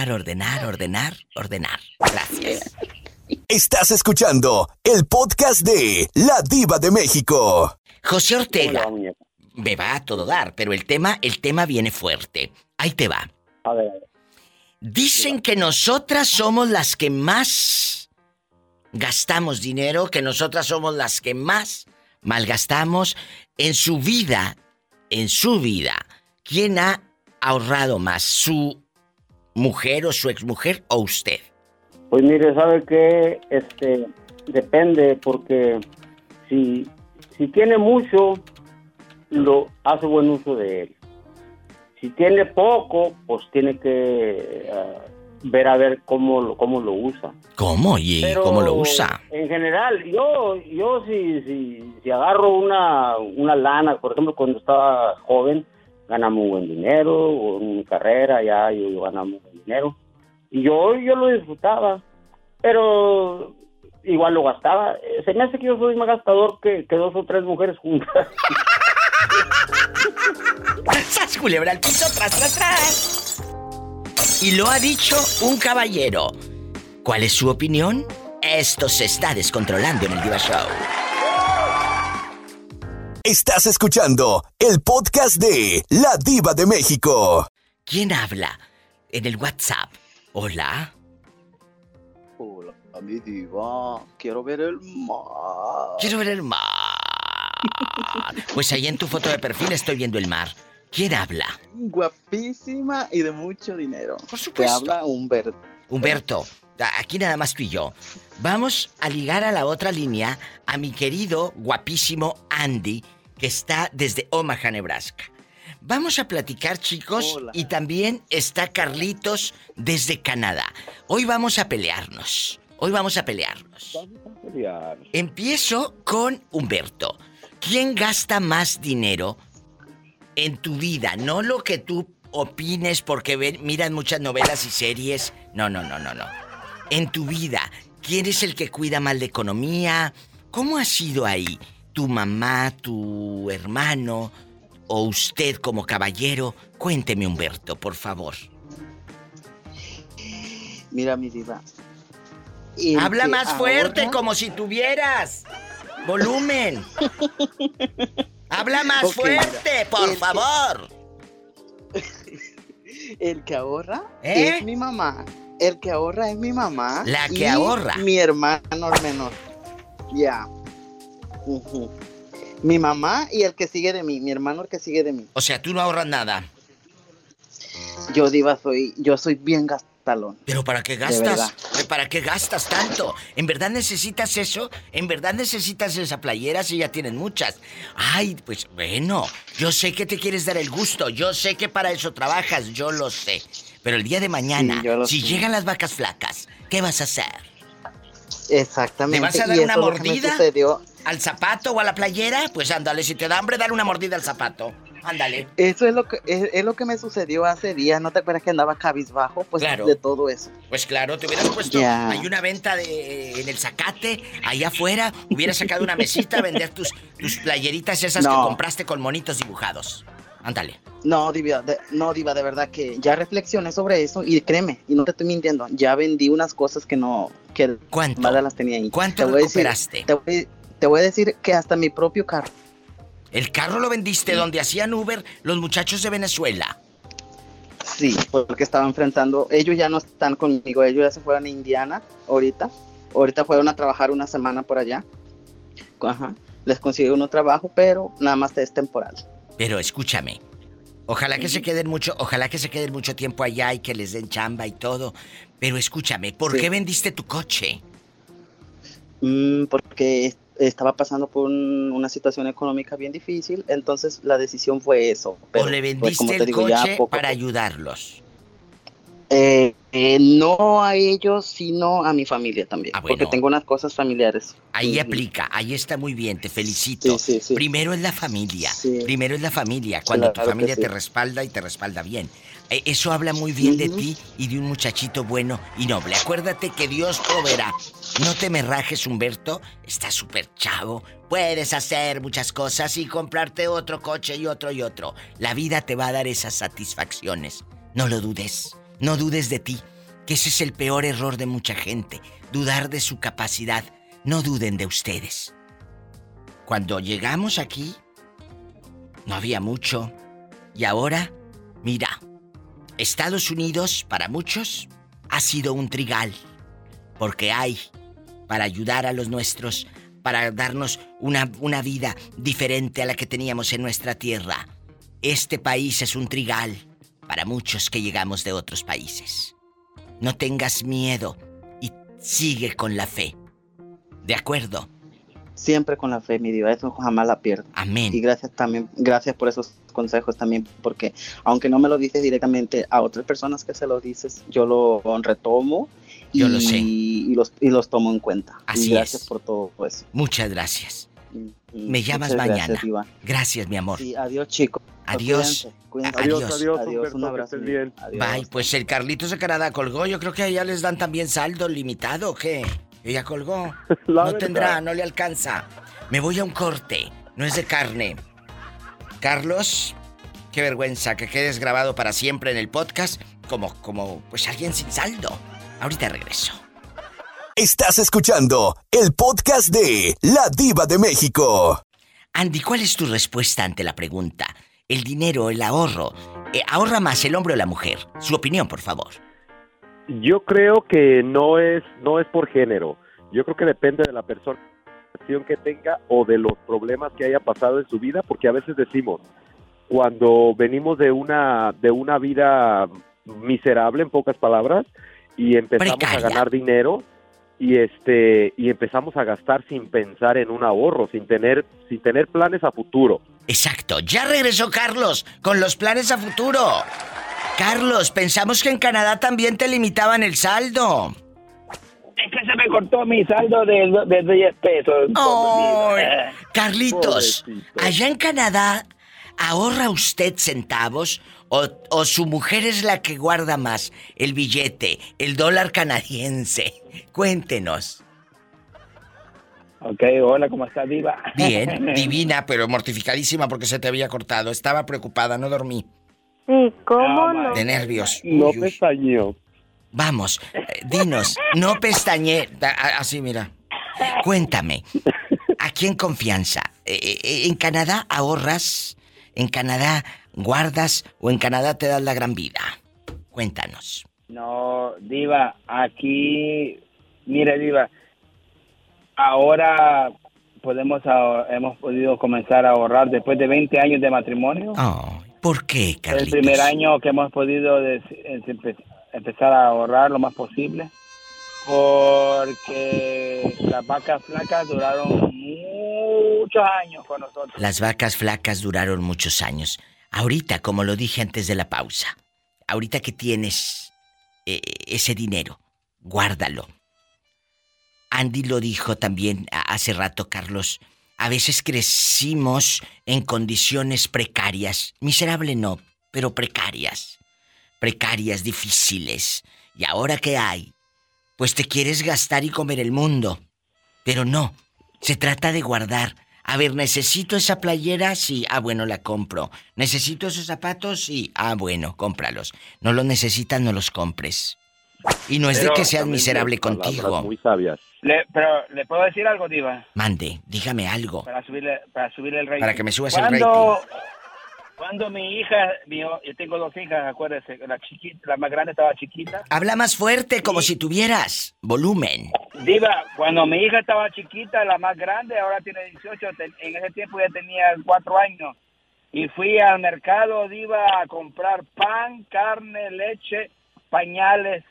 Gracias. Estás escuchando el podcast de La Diva de México. José Ortega. Me va a todo dar, pero el tema viene fuerte. Ahí te va. A ver. Dicen que nosotras somos las que más gastamos dinero, que nosotras somos las que más malgastamos en su vida. ¿Quién ha ahorrado más? ¿Su mujer o su exmujer o usted? Pues mire, ¿sabe qué? depende, porque si tiene mucho, lo hace buen uso de él. Si tiene poco, pues tiene que ver a ver cómo lo usa. ¿Cómo? ¿Y Pero cómo lo usa? En general, yo si agarro una lana, por ejemplo, cuando estaba joven, ganaba muy buen dinero, o en mi carrera ya yo ganaba muy buen dinero. Y yo lo disfrutaba, pero igual lo gastaba. Se me hace que yo soy más gastador que 2 o 3 mujeres juntas. ¡Sas, culebra al piso, tras, tras, tras! Y lo ha dicho un caballero. ¿Cuál es su opinión? Esto se está descontrolando en el Diva Show. Estás escuchando el podcast de La Diva de México. ¿Quién habla en el WhatsApp? ¿Hola? Hola, mi diva. Quiero ver el mar. Quiero ver el mar. Pues ahí en tu foto de perfil estoy viendo el mar. ¿Quién habla? Guapísima y de mucho dinero. Por supuesto. Te habla Humberto. Humberto, aquí nada más tú y yo. Vamos a ligar a la otra línea a mi querido, guapísimo Andy, que está desde Omaha, Nebraska. Vamos a platicar, chicos. Hola. Y también está Carlitos desde Canadá. Hoy vamos a pelearnos. Vamos a pelear. Empiezo con Humberto. ¿Quién gasta más dinero en tu vida? No lo que tú opines porque miras muchas novelas y series. No. En tu vida, ¿quién es el que cuida más la economía? ¿Cómo ha sido ahí? ¿Tu mamá, tu hermano o usted como caballero? Cuénteme, Humberto, por favor. Mira, mi diva. Habla más fuerte, como si tuvieras volumen. Habla más fuerte, por favor. El que ahorra es mi mamá. El que ahorra es mi mamá. La que ahorra. Mi hermano menor. Ya. Mi mamá y el que sigue de mí. Mi hermano el que sigue de mí. O sea, tú no ahorras nada. Yo, diva, soy bien gastalón. ¿Pero para qué gastas? ¿Para qué gastas tanto? ¿En verdad necesitas eso? ¿En verdad necesitas esa playera si ya tienes muchas? Ay, pues bueno, yo sé que te quieres dar el gusto, yo sé que para eso trabajas, yo lo sé. Pero el día de mañana, si llegan las vacas flacas, ¿qué vas a hacer? Exactamente. ¿Le vas a dar una mordida al zapato o a la playera? Pues ándale, si te da hambre, dale una mordida al zapato. Ándale. Eso es lo que me sucedió hace días. ¿No te acuerdas que andaba cabizbajo? Pues claro. De todo eso. Pues claro, te hubieras puesto. Hay una venta en el Zacate, allá afuera. Hubieras sacado una mesita a vender tus playeritas esas que compraste con monitos dibujados. Ándale. No, diva, de verdad que ya reflexioné sobre eso y créeme, y no te estoy mintiendo, ya vendí unas cosas que ¿Cuánto? Nada las tenía ahí. ¿Cuánto recuperaste? Te voy a decir que hasta mi propio carro. ¿El carro lo vendiste donde hacían Uber los muchachos de Venezuela? Sí, porque estaba enfrentando... Ellos ya no están conmigo, ellos ya se fueron a Indiana ahorita. Ahorita fueron a trabajar una semana por allá. Ajá. Les consiguió un trabajo, pero nada más es temporal. Pero escúchame. Ojalá que se queden mucho tiempo allá y que les den chamba y todo. Pero escúchame, ¿por qué vendiste tu coche? Porque estaba pasando por una situación económica bien difícil, entonces la decisión fue eso. Pero, ¿o le vendiste el coche para ayudarlos? No a ellos, sino a mi familia también. Bueno. Porque tengo unas cosas familiares. Ahí aplica, ahí está muy bien, te felicito. Sí. Primero es la familia. Primero es la familia. Cuando tu familia te respalda y te respalda bien. Eso habla muy bien de ti y de un muchachito bueno y noble. Acuérdate que Dios proveerá. No te me rajes, Humberto. Estás súper chavo. Puedes hacer muchas cosas y comprarte otro coche y otro y otro. La vida te va a dar esas satisfacciones. No lo dudes. No dudes de ti, que ese es el peor error de mucha gente. Dudar de su capacidad. No duden de ustedes. Cuando llegamos aquí, no había mucho. Y ahora, mira, Estados Unidos, para muchos, ha sido un trigal. Porque hay para ayudar a los nuestros, para darnos una vida diferente a la que teníamos en nuestra tierra. Este país es un trigal para muchos que llegamos de otros países. No tengas miedo y sigue con la fe De acuerdo. Siempre con la fe, mi diva, eso jamás la pierdo. Amén. Y gracias por esos consejos también, porque aunque no me lo dices directamente a otras personas que se lo dices, yo lo retomo yo lo sé. y los tomo en cuenta. Así y gracias es. por todo eso. Muchas gracias. Me llamas Muchas mañana. Gracias, diva. Gracias, mi amor. Sí, adiós, chicos. Adiós. Cuídense. Adiós, un abrazo. bien. Bye, pues el Carlitos de Canadá colgó. Yo creo que allá les dan también saldo limitado, ¿o qué? Ella colgó. No tendrá, no le alcanza. Me voy a un corte. No es de carne. Carlos, qué vergüenza que quedes grabado para siempre en el podcast como pues alguien sin saldo. Ahorita regreso. Estás escuchando el podcast de La Diva de México. Andy, ¿cuál es tu respuesta ante la pregunta? El dinero, el ahorro. ¿Ahorra más el hombre o la mujer? Su opinión, por favor. Yo creo que no es por género. Yo creo que depende de la persona que tenga o de los problemas que haya pasado en su vida, porque a veces decimos, cuando venimos de una vida miserable, en pocas palabras, y empezamos precaria. a ganar dinero y empezamos a gastar sin pensar en un ahorro, sin tener planes a futuro. Exacto. Ya regresó Carlos con los planes a futuro. Carlos, pensamos que en Canadá también te limitaban el saldo. Es que se me cortó mi saldo de 10 pesos. Oh, Carlitos, Pobrecito. allá en Canadá, ¿ahorra usted centavos o su mujer es la que guarda más el billete, el dólar canadiense? Cuéntenos. Ok, hola, ¿cómo estás, diva? Bien, divina, pero mortificadísima porque se te había cortado. Estaba preocupada, no dormí. Sí, ¿cómo no? De nervios. No Uy, uy. pestañeo. Vamos, dinos, no pestañe. Así, mira. Cuéntame, aquí en confianza, ¿en Canadá ahorras? ¿En Canadá guardas? ¿O en Canadá te das la gran vida? Cuéntanos. No, diva, aquí, mire, diva, ahora hemos podido comenzar a ahorrar después de 20 años de matrimonio. Oh, ¿por qué, Carlitos? El primer año que hemos podido empezar a ahorrar lo más posible, porque las vacas flacas duraron muchos años con nosotros. Las vacas flacas duraron muchos años. Ahorita, como lo dije antes de la pausa, ahorita que tienes ese dinero, guárdalo. Andy lo dijo también hace rato, Carlos. A veces crecimos en condiciones precarias. Miserable no, pero precarias. Precarias, difíciles. ¿Y ahora qué hay? Pues te quieres gastar y comer el mundo. Pero no, se trata de guardar. A ver, ¿necesito esa playera? Sí, bueno, la compro. ¿Necesito esos zapatos? Sí, bueno, cómpralos. No los necesitas, no los compres. Y no es Pero de que seas miserable contigo. Muy sabias. Pero le puedo decir algo, diva, Mande, dígame algo. para subirle el rating. Para que me subas el rating. Cuando mi hija, yo tengo 2 hijas, acuérdese, la más grande estaba chiquita. Habla más fuerte, como si tuvieras volumen. Diva, cuando mi hija estaba chiquita, la más grande, ahora tiene 18, en ese tiempo ya tenía 4 años. Y fui al mercado, diva, a comprar pan, carne, leche, pañales,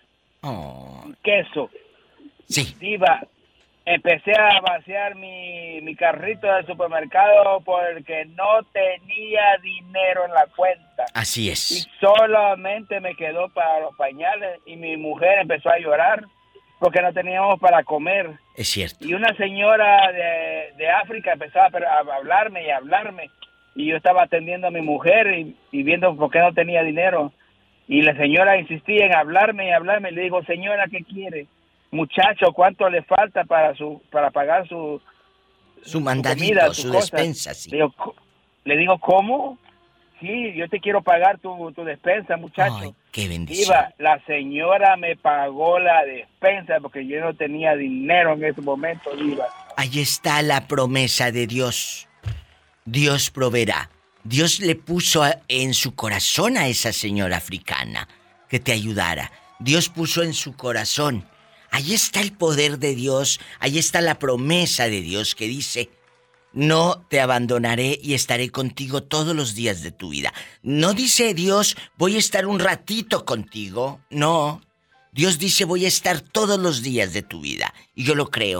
queso. Sí. Diva, empecé a vaciar mi carrito del supermercado porque no tenía dinero en la cuenta. Así Y es. solamente me quedó para los pañales y mi mujer empezó a llorar porque no teníamos para comer. Es cierto. Y una señora de África empezó a hablarme y hablarme. Y yo estaba atendiendo a mi mujer y viendo por qué no tenía dinero. Y la señora insistía en hablarme y hablarme. Le digo, señora, ¿qué quiere? Muchacho, ¿cuánto le falta para pagar su mandadito, comida, su cosa? despensa, sí. Le digo, ¿cómo? Sí, yo te quiero pagar tu despensa, muchacho. Ay, qué bendición. Diva, la señora me pagó la despensa porque yo no tenía dinero en ese momento, diva. Ahí está la promesa de Dios. Dios proveerá. Dios le puso en su corazón a esa señora africana que te ayudara. Dios puso en su corazón. Ahí está el poder de Dios, ahí está la promesa de Dios que dice, no te abandonaré y estaré contigo todos los días de tu vida. No dice Dios, voy a estar un ratito contigo. No, Dios dice, voy a estar todos los días de tu vida. Y yo lo creo.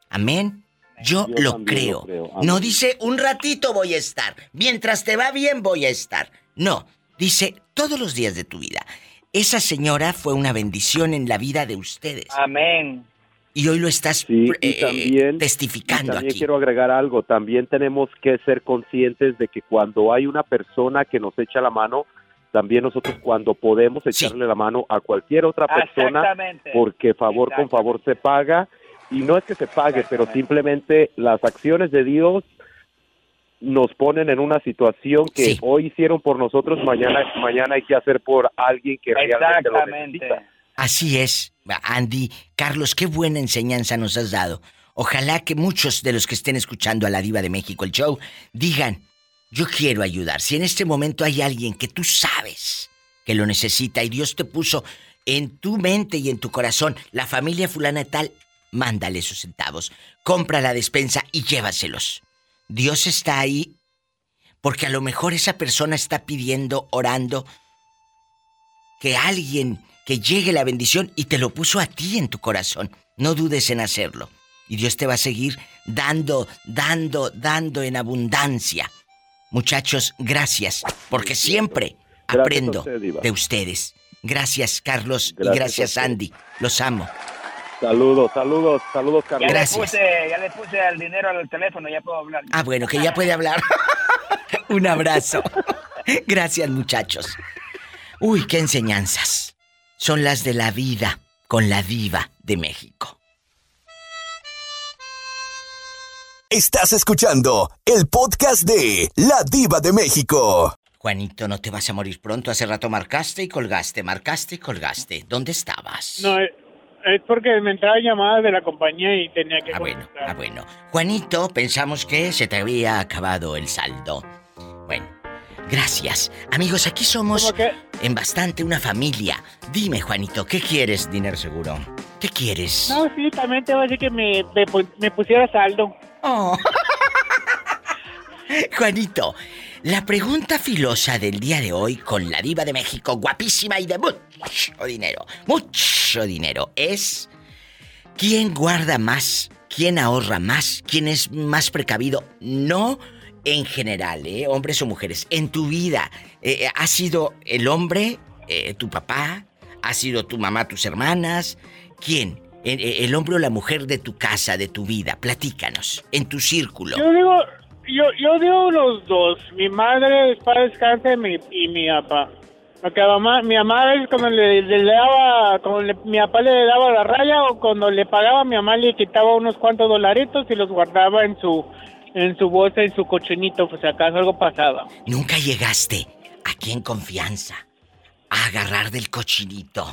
Amén. Yo lo creo. No dice un ratito voy a estar. Mientras te va bien voy a estar. No, dice todos los días de tu vida. Esa señora fue una bendición en la vida de ustedes. Amén. Y hoy lo estás testificando también aquí. Quiero agregar algo. También tenemos que ser conscientes de que cuando hay una persona que nos echa la mano, también nosotros cuando podemos echarle la mano a cualquier otra persona, porque favor con favor se paga. Y no es que se pague, pero simplemente las acciones de Dios nos ponen en una situación que hoy hicieron por nosotros, mañana hay que hacer por alguien que realmente lo necesita. Así es, Andy. Carlos, qué buena enseñanza nos has dado. Ojalá que muchos de los que estén escuchando a La Diva de México, el show, digan, yo quiero ayudar. Si en este momento hay alguien que tú sabes que lo necesita y Dios te puso en tu mente y en tu corazón, la familia fulana tal, mándale esos centavos, compra la despensa y llévaselos. Dios está ahí porque a lo mejor esa persona está pidiendo, orando, que alguien, que llegue la bendición y te lo puso a ti en tu corazón. No dudes en hacerlo. Y Dios te va a seguir dando en abundancia. Muchachos, gracias, porque siempre aprendo de ustedes. Gracias, Carlos, y gracias, Andy. Los amo. Saludos, Carlos. Gracias. Ya le puse el dinero al teléfono, ya puedo hablar. Ah, bueno, que ya puede hablar. Un abrazo. Gracias, muchachos. Uy, qué enseñanzas. Son las de la vida con la Diva de México. Estás escuchando el podcast de La Diva de México. Juanito, no te vas a morir pronto. Hace rato marcaste y colgaste. ¿Dónde estabas? No, es porque me entraban llamadas de la compañía y tenía que... bueno. Juanito, pensamos que se te había acabado el saldo. Bueno, gracias. Amigos, aquí somos en bastante una familia. Dime, Juanito, ¿qué quieres, Dinero Seguro? ¿Qué quieres? No, sí, también te voy a decir que me pusiera saldo. Oh. Juanito, la pregunta filosa del día de hoy con la Diva de México, guapísima y de mucho dinero, es ¿quién guarda más? ¿Quién ahorra más? ¿Quién es más precavido? No en general, hombres o mujeres. En tu vida, ¿ha sido el hombre, tu papá? ¿Ha sido tu mamá, tus hermanas? ¿Quién? ¿El hombre o la mujer de tu casa, de tu vida? Platícanos, en tu círculo. Yo digo los dos. Mi madre, para descanse, y mi papá. Porque mi mamá es cuando mi papá le daba la raya o cuando le pagaba, mi mamá le quitaba unos cuantos dolaritos y los guardaba en su bolsa, en su cochinito, pues si acaso algo pasaba. ¿Nunca llegaste aquí en confianza a agarrar del cochinito?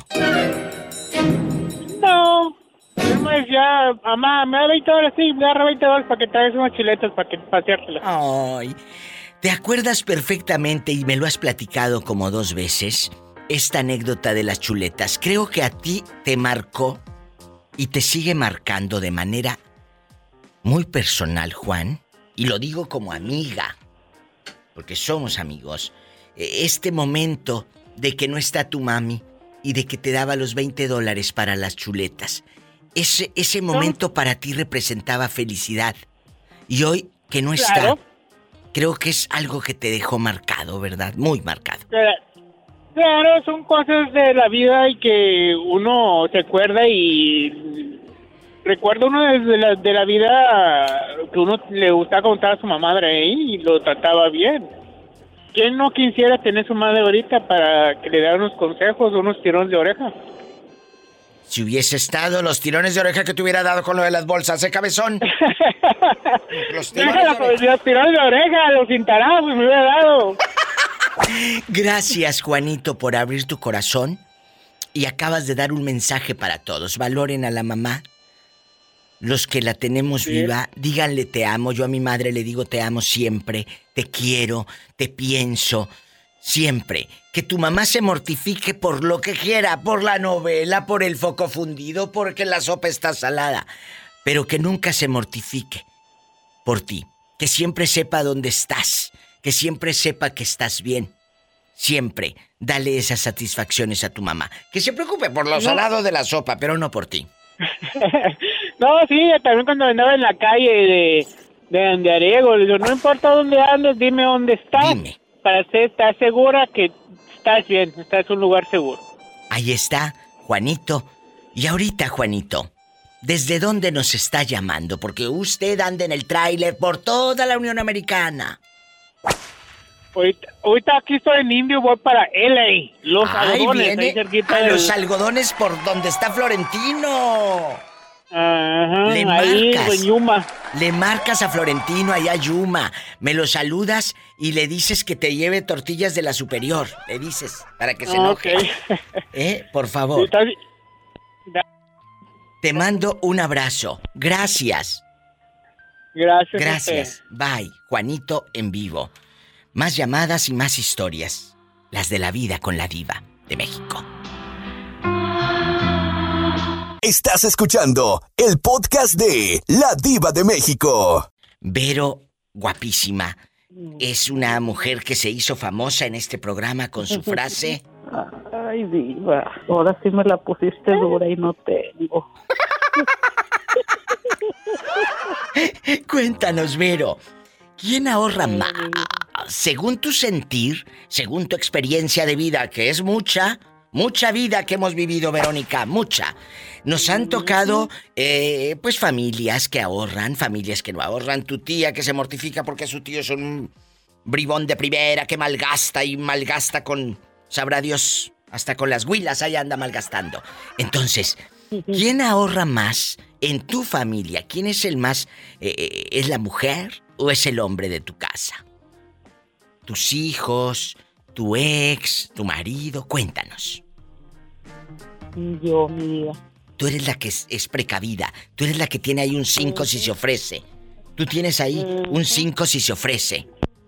No. Me decía, mamá, me da $20, sí, me da $20 para que traigas unos chiletos para paseártelos. Ay, ¿te acuerdas perfectamente y me lo has platicado como 2 veces? Esta anécdota de las chuletas, creo que a ti te marcó y te sigue marcando de manera muy personal, Juan. Y lo digo como amiga, porque somos amigos. Este momento de que no está tu mami y de que te daba los $20 para las chuletas. Ese momento para ti representaba felicidad. Y hoy que no está, creo que es algo que te dejó marcado, ¿verdad? Muy marcado. Claro, son cosas de la vida y que uno se acuerda y... Recuerdo uno de la vida que uno le gustaba contar a su madre ahí y lo trataba bien. ¿Quién no quisiera tener su madre ahorita para que le diera unos consejos, unos tirones de oreja? Si hubiese estado los tirones de oreja que te hubiera dado con lo de las bolsas, cabezón. Los tirones de oreja, los cintarazos me hubiera dado. Gracias, Juanito, por abrir tu corazón. Y acabas de dar un mensaje para todos. Valoren a la mamá. Los que la tenemos viva, díganle te amo. Yo a mi madre le digo te amo siempre. Te quiero, te pienso. Siempre. Que tu mamá se mortifique por lo que quiera, por la novela, por el foco fundido, porque la sopa está salada. Pero que nunca se mortifique por ti. Que siempre sepa dónde estás. Que siempre sepa que estás bien. Siempre dale esas satisfacciones a tu mamá. Que se preocupe por lo salado de la sopa, pero no por ti. No, sí, también cuando andaba en la calle de Arego, le digo, no importa dónde andes, dime dónde estás. Para estar segura que estás bien, estás en un lugar seguro. Ahí está, Juanito. Y ahorita, Juanito, ¿desde dónde nos está llamando? Porque usted anda en el tráiler por toda la Unión Americana. Ahorita aquí estoy en Indio, voy para LA. Los algodones, viene ahí cerquita a del... los algodones por donde está Florentino. Ajá, Le ahí marcas, en Yuma. Le marcas a Florentino allá a Yuma. Me lo saludas y le dices que te lleve tortillas de la Superior. Le dices, para que se enoje. Por favor. Te mando un abrazo. Gracias. Gracias. Bye. Juanito en vivo. Más llamadas y más historias. Las de la vida con la diva de México. Estás escuchando el podcast de La Diva de México. Vero, guapísima, es una mujer que se hizo famosa en este programa con su frase... Ay, diva, ahora sí me la pusiste dura y no tengo. Cuéntanos, Vero, ¿quién ahorra más? Según tu sentir, según tu experiencia de vida, que es mucha vida que hemos vivido, Verónica, mucha. Nos han tocado, pues, familias que ahorran, familias que no ahorran. Tu tía que se mortifica porque su tío es un bribón de primera que malgasta con, sabrá Dios, hasta con las huilas ahí anda malgastando. Entonces, ¿quién ahorra más en tu familia? ¿Quién es el más, es la mujer o es el hombre de tu casa? ¿Tus hijos, tu ex, tu marido? Cuéntanos. Yo, mi vida. Tú eres la que es precavida. Tú eres la que tiene ahí un 5 si se ofrece. Tú tienes ahí un 5 si se ofrece.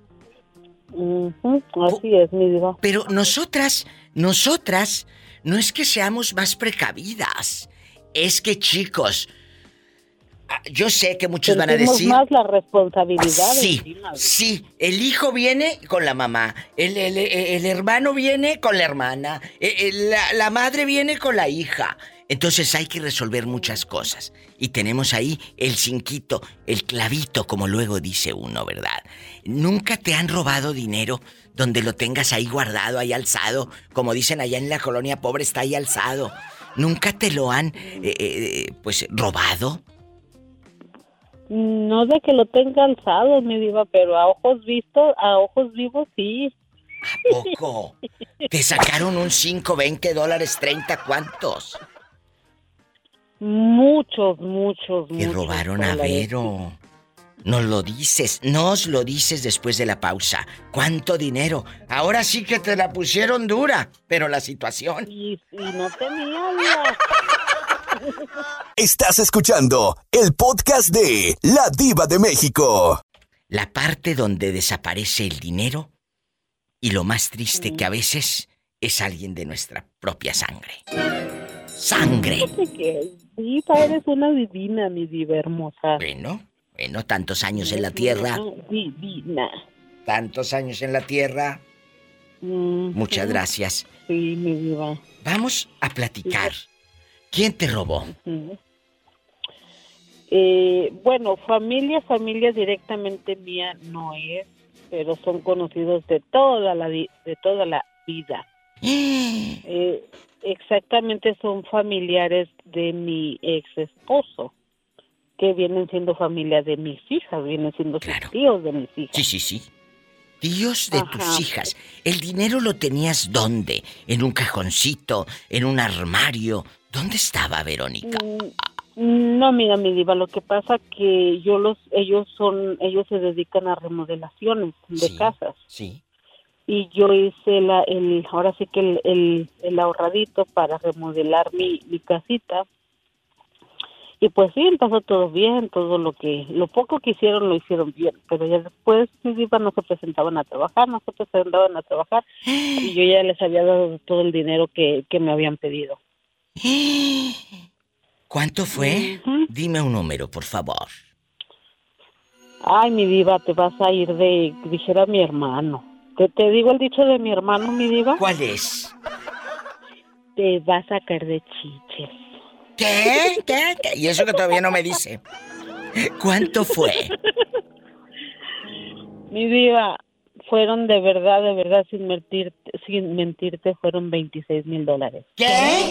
Así es, mi vida. Pero nosotras, no es que seamos más precavidas. Es que, chicos, yo sé que muchos van a decir... más la responsabilidad. Sí. El hijo viene con la mamá. El hermano viene con la hermana. La madre viene con la hija. Entonces hay que resolver muchas cosas. Y tenemos ahí el cinquito, el clavito, como luego dice uno, ¿verdad? ¿Nunca te han robado dinero donde lo tengas ahí guardado, ahí alzado? Como dicen allá en la colonia pobre, está ahí alzado. ¿Nunca te lo han, pues, robado? No de que lo tenga alzado, mi diva, pero a ojos vivos, sí. ¿A poco? ¿Te sacaron un 5, 20 dólares, 30, cuántos? Muchos. Te robaron a Vero. Nos lo dices después de la pausa. ¿Cuánto dinero? Ahora sí que te la pusieron dura, pero la situación... Y no tenía nada. Estás escuchando el podcast de La Diva de México. La parte donde desaparece el dinero y lo más triste que a veces es alguien de nuestra propia sangre. ¡Sangre! Sí, eres una divina, mi diva hermosa. Bueno, tantos años en la tierra. Divina. Tantos años en la tierra. Muchas gracias. Sí, mi diva. Vamos a platicar. ¿Quién te robó? Bueno, familia directamente mía no es, pero son conocidos de toda la vida. Exactamente, son familiares de mi ex esposo, que vienen siendo familia de mis hijas, vienen siendo tíos de mis hijas. Sí. Tíos de tus hijas. ¿El dinero lo tenías dónde? ¿En un cajoncito? ¿En un armario? ¿Dónde estaba, Verónica? No, mira, mi diva, lo que pasa que ellos se dedican a remodelaciones de casas. Sí. Y yo hice ahora sí que el ahorradito para remodelar mi casita. Y pues sí, empezó todo bien, lo poco que hicieron lo hicieron bien, pero ya después mis divas no se presentaban a trabajar, y yo ya les había dado todo el dinero que me habían pedido. ¿Cuánto fue? Dime un número, por favor. Ay, mi diva, te vas a ir dijera mi hermano. ¿Te digo el dicho de mi hermano, mi diva? ¿Cuál es? Te vas a caer de chiches. ¿Qué? Y eso que todavía no me dice. ¿Cuánto fue? Mi diva, fueron de verdad, sin mentirte, fueron $26,000. ¿Qué?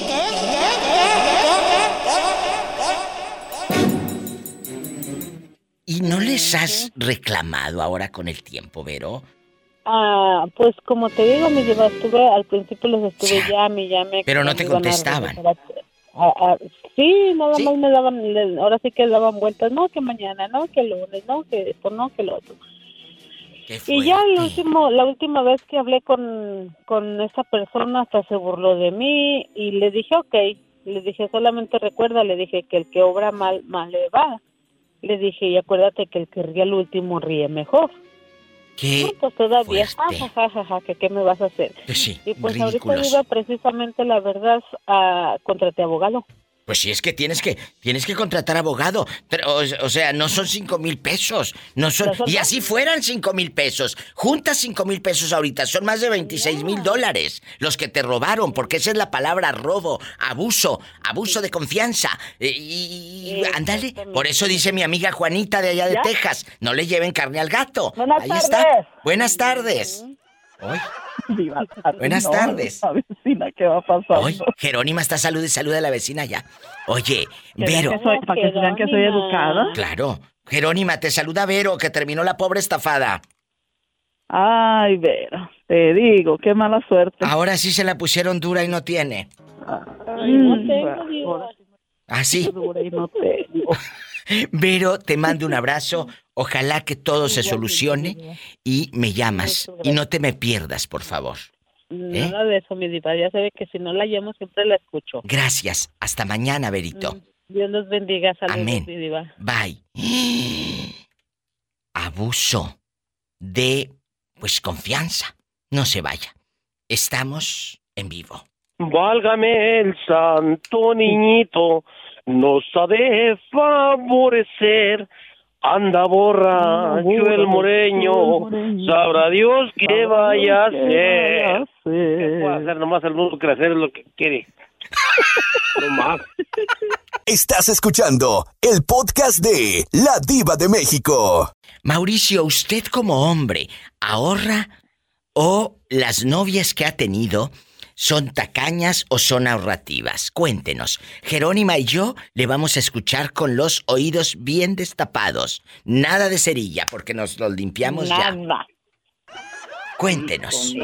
¿Y no les has reclamado ahora con el tiempo, Vero? Pues como te digo, mi diva, al principio les estuve llame. Pero no te contestaban. Sí, nada más me daban, ahora sí que daban vueltas, no, que mañana, no, que el lunes, no, que esto, no, que lo otro. Y ya la última vez que hablé con esa persona hasta se burló de mí y le dije, okay, le dije, solamente recuerda, le dije que el que obra mal le va. Le dije, y acuérdate que el que ríe al último ríe mejor. ¿Qué? No, pues todavía, jajaja, que qué me vas a hacer. Sí, y pues ridículos. ahorita iba precisamente, la verdad, contraté abogado. Pues sí, es que tienes que contratar abogado. O sea, no son 5,000 pesos. No son. Y así fueran 5,000 pesos. Juntas 5,000 pesos ahorita. Son más de $26,000 los que te robaron. Porque esa es la palabra: robo, abuso de confianza. Y ándale. Por eso dice mi amiga Juanita de allá de Texas: no le lleven carne al gato. Ahí está. Buenas tardes. Hoy. Buenas tardes. La vecina, ¿qué va pasando? Oye, Jerónima está saluda a la vecina ya. Oye, Vero. Para que vean que soy educada. Claro. Jerónima, te saluda Vero, que terminó la pobre estafada. Ay, Vero, te digo, qué mala suerte. Ahora sí se la pusieron dura y no tiene. Ay, no tengo, ¿Ah, sí? Dura y no tengo. Vero, te mando un abrazo. Ojalá que todo se solucione y me llamas. Y no te me pierdas, por favor. Nada de eso, mi diva. Ya sabe que si no la llamo, siempre la escucho. Gracias. Hasta mañana, Verito. Dios los bendiga. Saludos, amén. mi diva. Bye. Abuso de, confianza. No se vaya. Estamos en vivo. Válgame el santo niñito, nos ha de favorecer. Anda borracho el moreño, sabrá Dios qué vaya a hacer. ¿Qué puede hacer? Nomás el mundo que hacer es lo que quiere. No más. Estás escuchando el podcast de La Diva de México. Mauricio, usted como hombre, ¿ahorra o las novias que ha tenido son tacañas o son ahorrativas? Cuéntenos. Jerónima y yo le vamos a escuchar con los oídos bien destapados. Nada de cerilla, porque nos los limpiamos ya. Cuéntenos.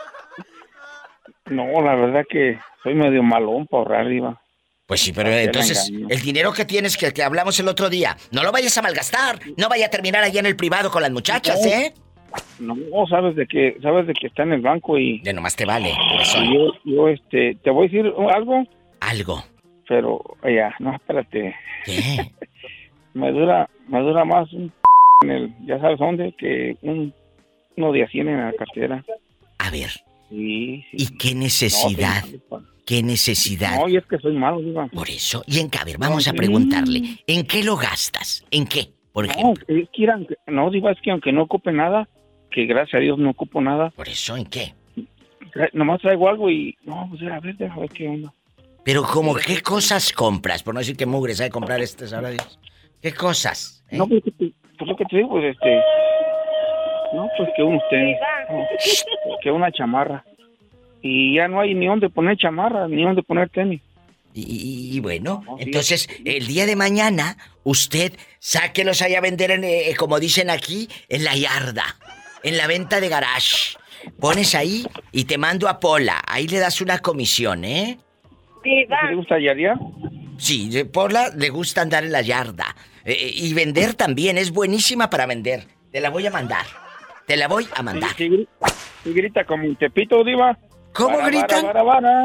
No, la verdad que soy medio malón para ahorrar, Diva. Pues sí, pero entonces, el dinero que tienes, que hablamos el otro día, no lo vayas a malgastar. No vaya a terminar allá en el privado con las muchachas, ¿eh? No, sabes de que está en el banco y... De nomás te vale. Yo, te voy a decir algo. Algo. Pero, ya, no, espérate. ¿Qué? me dura más ya sabes dónde, que uno de a 100 en la cartera. A ver. Sí. ¿Y qué necesidad? ¿Qué necesidad? No, y es que soy malo, Diva. Por eso. Y a ver, vamos a preguntarle. ¿En qué lo gastas? ¿En qué, por ejemplo? Diva, es que aunque no ocupe nada, que gracias a Dios no ocupo nada. ¿Por eso en qué? Nomás traigo algo y... No, pues a ver, déjame ver qué onda. Pero como, ¿qué cosas compras? Por no decir que mugre sabe comprar ahora Dios. ¿Qué cosas? No, pues lo que te digo, pues no, pues que unos tenis, que una chamarra. Y ya no hay ni dónde poner chamarra, ni dónde poner tenis. Y bueno, entonces, el día de mañana, usted sáquelos ahí a vender, como dicen aquí, en la yarda, en la venta de garage. Pones ahí y te mando a Pola. Ahí le das una comisión, ¿eh? ¿Le gusta yardear? Sí, Pola le gusta andar en la yarda. Y vender también, es buenísima para vender. Te la voy a mandar. Sí, grita como un tepito, Diva. ¿Cómo gritan? Bara.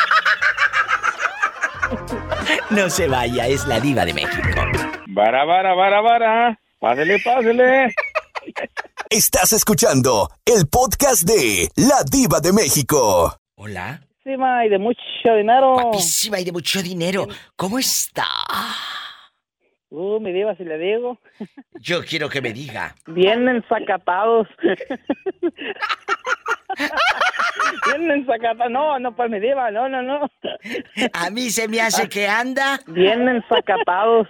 No se vaya, es la Diva de México. Bara. Pásele. Estás escuchando el podcast de La Diva de México. Hola. Guapísima y de mucho dinero. Guapísima y de mucho dinero. ¿Cómo está? Mi diva, si le digo. Yo quiero que me diga. Bien ensacatados. Bien ensacatado. No, pues mi diva, no. A mí se me hace que anda... Bien ensacatados.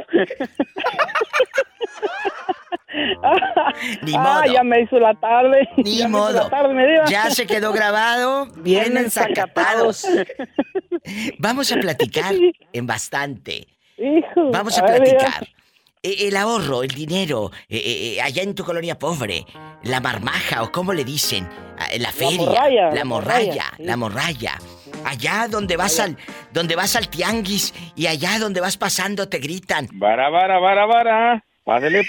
Ni modo. Ya me hizo la tarde. Ni modo. Ya se quedó grabado. Bien ensacatados. Vamos a platicar en bastante. Hijo, Vamos a platicar. El ahorro, el dinero, allá en tu colonia pobre, la marmaja o como le dicen, la feria, la morralla. Allá donde vas al tianguis y allá donde vas pasando te gritan. Vara. Pásele.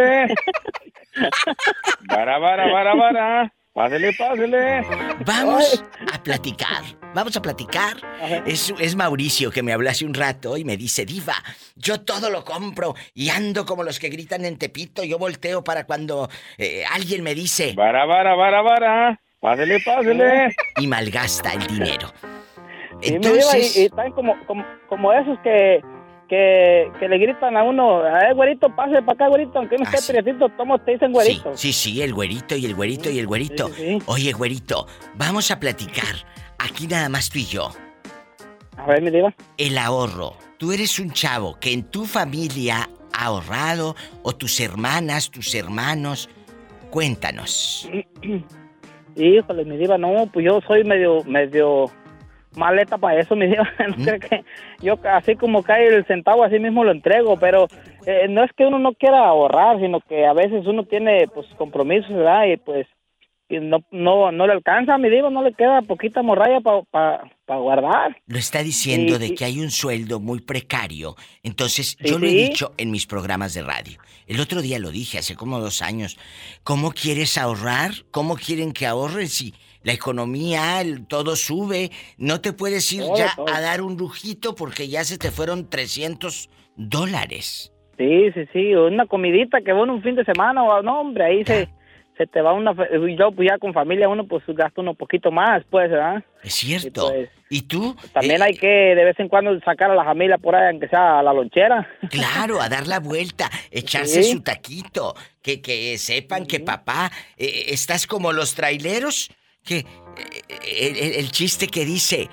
Vara. Pásele. Vamos a platicar. Es Mauricio que me habló hace un rato y me dice, Diva, yo todo lo compro y ando como los que gritan en Tepito. Yo volteo para cuando alguien me dice... Vara. Pásele. Y malgasta el dinero. Entonces... Y están como esos que le gritan a uno, güerito, pase para acá, güerito, aunque no esté prietito, te dicen güerito. Sí, el güerito. Sí. Oye, güerito, vamos a platicar. Aquí nada más tú y yo. A ver, mi diva. El ahorro. Tú eres un chavo que en tu familia ha ahorrado, o tus hermanas, tus hermanos. Cuéntanos. Híjole, mi diva, no, pues yo soy medio maleta para eso, mi diva. No creo que yo así como cae el centavo, así mismo lo entrego, pero no es que uno no quiera ahorrar, sino que a veces uno tiene pues compromisos, ¿verdad? Y pues y no le alcanza, mi diva, no le queda poquita morralla para guardar. Lo está diciendo de que hay un sueldo muy precario. Entonces, yo lo he dicho en mis programas de radio. El otro día lo dije, hace como 2 años. ¿Cómo quieres ahorrar? ¿Cómo quieren que ahorren si la economía, todo sube? No te puedes ir ya a dar un lujito porque ya se te fueron $300. Sí, una comidita que bueno un fin de semana, no, hombre, ahí se te va yo pues ya con familia uno pues gasta uno poquito más, pues, ¿verdad? Es cierto. ¿Y tú? También hay que de vez en cuando sacar a la familia por ahí, aunque sea a la lonchera. Claro, a dar la vuelta, echarse su taquito, que sepan que papá, estás como los traileros, que el chiste que dice,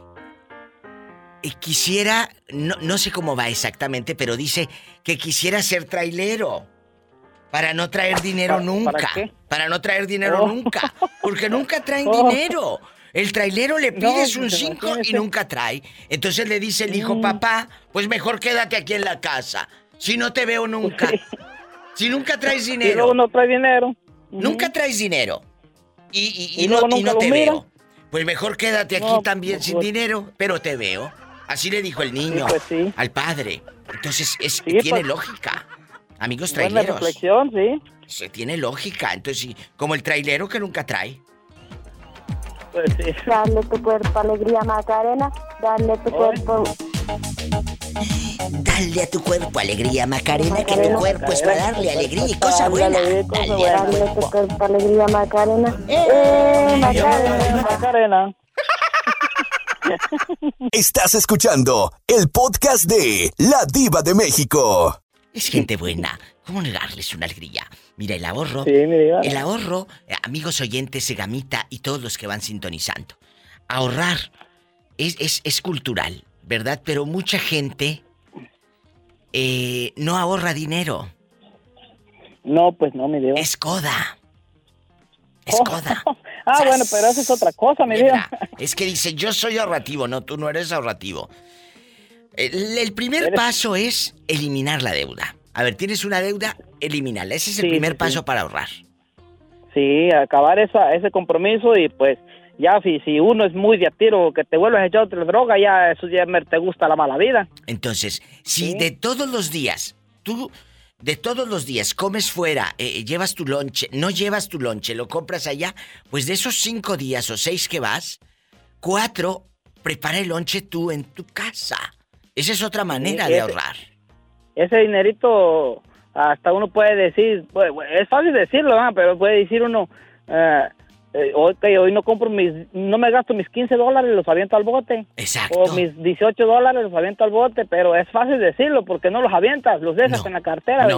quisiera, no sé cómo va exactamente, pero dice que quisiera ser trailero. Para no traer dinero nunca. ¿Para qué? Para no traer dinero nunca. Porque nunca traen dinero. El trailero le pides un 5 y nunca trae. Entonces le dice el hijo, papá, pues mejor quédate aquí en la casa. Si no te veo nunca. Si nunca traes dinero. Y luego no traes dinero. Nunca traes dinero. Y no te veo. Pues mejor quédate aquí también sin dinero, pero te veo. Así le dijo el niño al padre. Entonces tiene lógica. Amigos traileros. Buena reflexión, sí. Se tiene lógica. Entonces, sí, como el trailero que nunca trae. Pues sí. Dale tu cuerpo alegría, Macarena. Dale tu cuerpo. Dale a tu cuerpo alegría, Macarena, que mi cuerpo es para darle alegría y cosa buena. Dale tu cuerpo alegría, Macarena. Macarena. Estás escuchando el podcast de La Diva de México. Es gente buena. ¿Cómo negarles una alegría? Mira, el ahorro, amigos oyentes, Segamita y todos los que van sintonizando. Ahorrar es cultural, ¿verdad? Pero mucha gente no ahorra dinero. No, pues no, mi Dios. Es coda. Bueno, pero eso es otra cosa, mi Dios. Es que dice, yo soy ahorrativo. No, tú no eres ahorrativo. El primer paso es eliminar la deuda. A ver, tienes una deuda, elimínala. Ese es el primer paso para ahorrar. Sí, acabar ese compromiso y pues ya si uno es muy de a tiro, que te vuelves a echar otra droga, ya eso ya te gusta la mala vida. Entonces, si de todos los días, comes fuera, llevas tu lonche, no llevas tu lonche, lo compras allá, pues de esos 5 días o 6 que vas, 4, prepara el lonche tú en tu casa. Esa es otra manera de ahorrar. Ese dinerito, hasta uno puede decir, pues, es fácil decirlo, ¿no? Pero puede decir uno, hoy no me gasto mis $15, los aviento al bote. Exacto. O mis $18 los aviento al bote, pero es fácil decirlo porque no los avientas, los dejas en la cartera. No.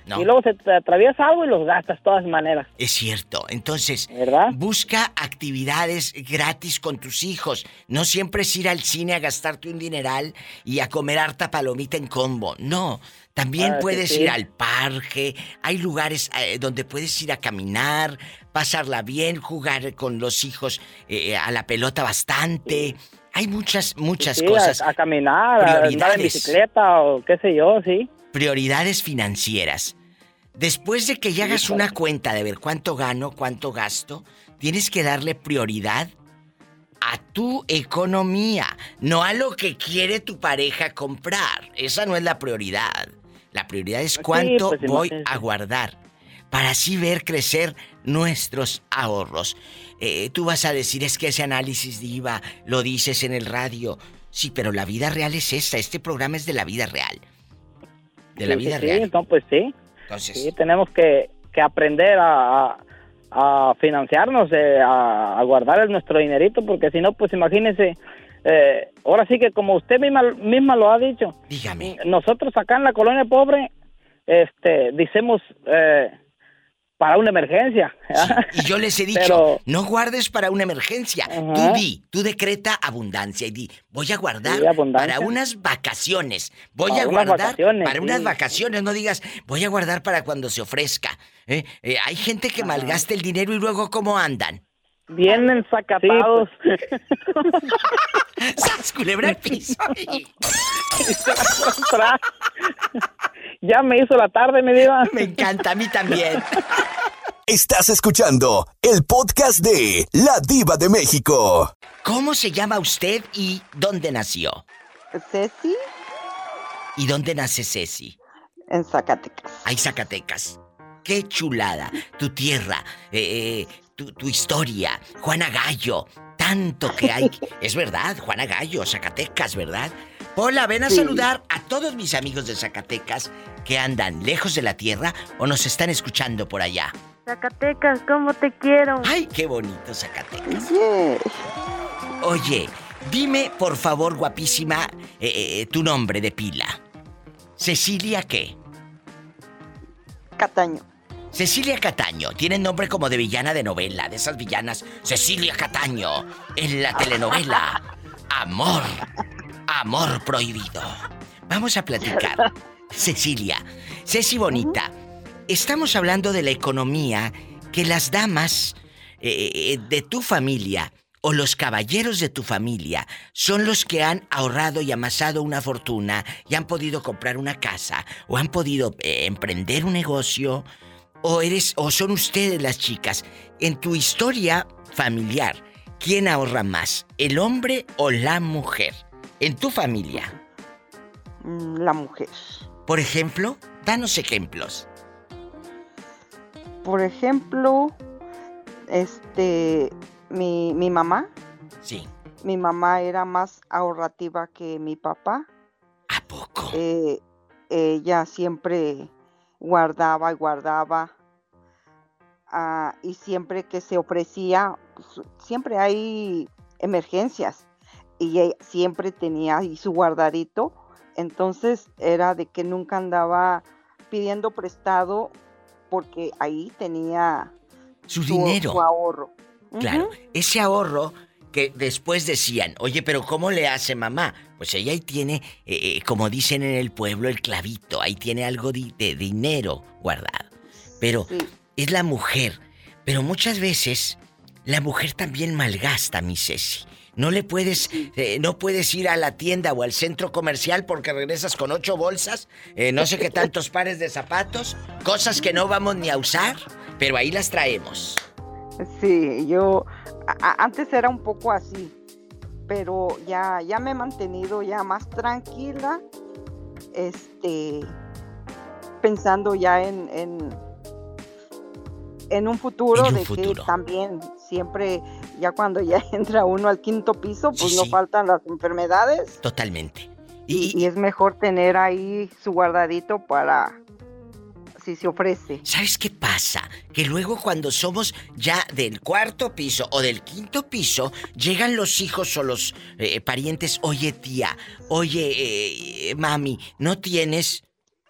No. Y luego se te atraviesa algo y los gastas de todas maneras. Es cierto. Entonces, ¿verdad? busca actividades gratis con tus hijos. No siempre es ir al cine a gastarte un dineral y a comer harta palomita en combo. No. También puedes sí. ir al parque. Hay lugares donde puedes ir a caminar, pasarla bien, jugar con los hijos a la pelota bastante. Hay muchas Sí, cosas. a caminar, a andar en bicicleta o qué sé yo, sí. Prioridades financieras. Después de que ya hagas una cuenta de ver cuánto gano, cuánto gasto, tienes que darle prioridad a tu economía, no a lo que quiere tu pareja comprar. Esa no es la prioridad. La prioridad es cuánto pues, voy imagínate. a guardar para así ver crecer nuestros ahorros. Tú vas a decir, es que ese análisis, diva, lo dices en el radio. Sí, pero la vida real es esta. Este programa es de la vida real. De la vida real. Sí, no, pues sí. Entonces, sí, tenemos que aprender a financiarnos, a guardar nuestro dinerito, porque si no, pues imagínense, ahora sí que como usted misma lo ha dicho, dígame. Nosotros acá en la colonia pobre, decimos para una emergencia. Sí, y yo les he dicho, Pero, no guardes para una emergencia. Ajá. Tú decreta abundancia y di, voy a guardar Sí, abundancia. para unas vacaciones. Voy Para a unas guardar vacaciones, para sí. unas vacaciones. No digas, voy a guardar para cuando se ofrezca. Hay gente que malgasta el dinero y luego ¿cómo andan? bien ensacatados. ¡Sas, culebra al piso! Ya me hizo la tarde, mi diva. Me encanta, a mí también. Estás escuchando el podcast de La Diva de México. ¿Cómo se llama usted y dónde nació? Ceci. ¿Y dónde nace Ceci? En Zacatecas. Ay, Zacatecas. ¡Qué chulada! Tu tierra, tu historia, Juana Gallo, tanto que hay. Es verdad, Juana Gallo, Zacatecas, ¿verdad? Hola, ven a saludar a todos mis amigos de Zacatecas que andan lejos de la tierra o nos están escuchando por allá. Zacatecas, ¿cómo te quiero? ¡Ay, qué bonito Zacatecas! Yeah. Oye, dime, por favor, guapísima, tu nombre de pila. ¿Cecilia qué? Cataño. Cecilia Cataño. Tiene nombre como de villana de novela, de esas villanas. Cecilia Cataño, en la telenovela Amor, Amor Prohibido. Vamos a platicar. Cecilia, Ceci bonita, estamos hablando de la economía que las damas de tu familia o los caballeros de tu familia son los que han ahorrado y amasado una fortuna y han podido comprar una casa o han podido emprender un negocio o son ustedes las chicas. En tu historia familiar, ¿quién ahorra más, el hombre o la mujer? En tu familia. La mujer. Por ejemplo, danos ejemplos. Por ejemplo, mi mamá. Sí. Mi mamá era más ahorrativa que mi papá. ¿A poco? Ella siempre guardaba y guardaba. Y siempre que se ofrecía, pues, siempre hay emergencias. Y ella siempre tenía ahí su guardadito. Entonces era de que nunca andaba pidiendo prestado porque ahí tenía su dinero, su ahorro. Claro, ese ahorro que después decían, oye, pero ¿cómo le hace mamá? Pues ella ahí tiene, como dicen en el pueblo, el clavito, ahí tiene algo de dinero guardado. Pero es la mujer, pero muchas veces la mujer también malgasta, mi Ceci. No le puedes, no puedes ir a la tienda o al centro comercial porque regresas con 8 bolsas, no sé qué tantos pares de zapatos, cosas que no vamos ni a usar, pero ahí las traemos. Sí, yo antes era un poco así, pero ya me he mantenido ya más tranquila, pensando ya en un futuro que también siempre, ya cuando ya entra uno al 5º piso, pues no faltan las enfermedades. Totalmente. Y es mejor tener ahí su guardadito para si se ofrece. ¿Sabes qué pasa? Que luego cuando somos ya del 4º piso o del 5º piso, llegan los hijos o los parientes, oye tía, oye mami, ¿no tienes?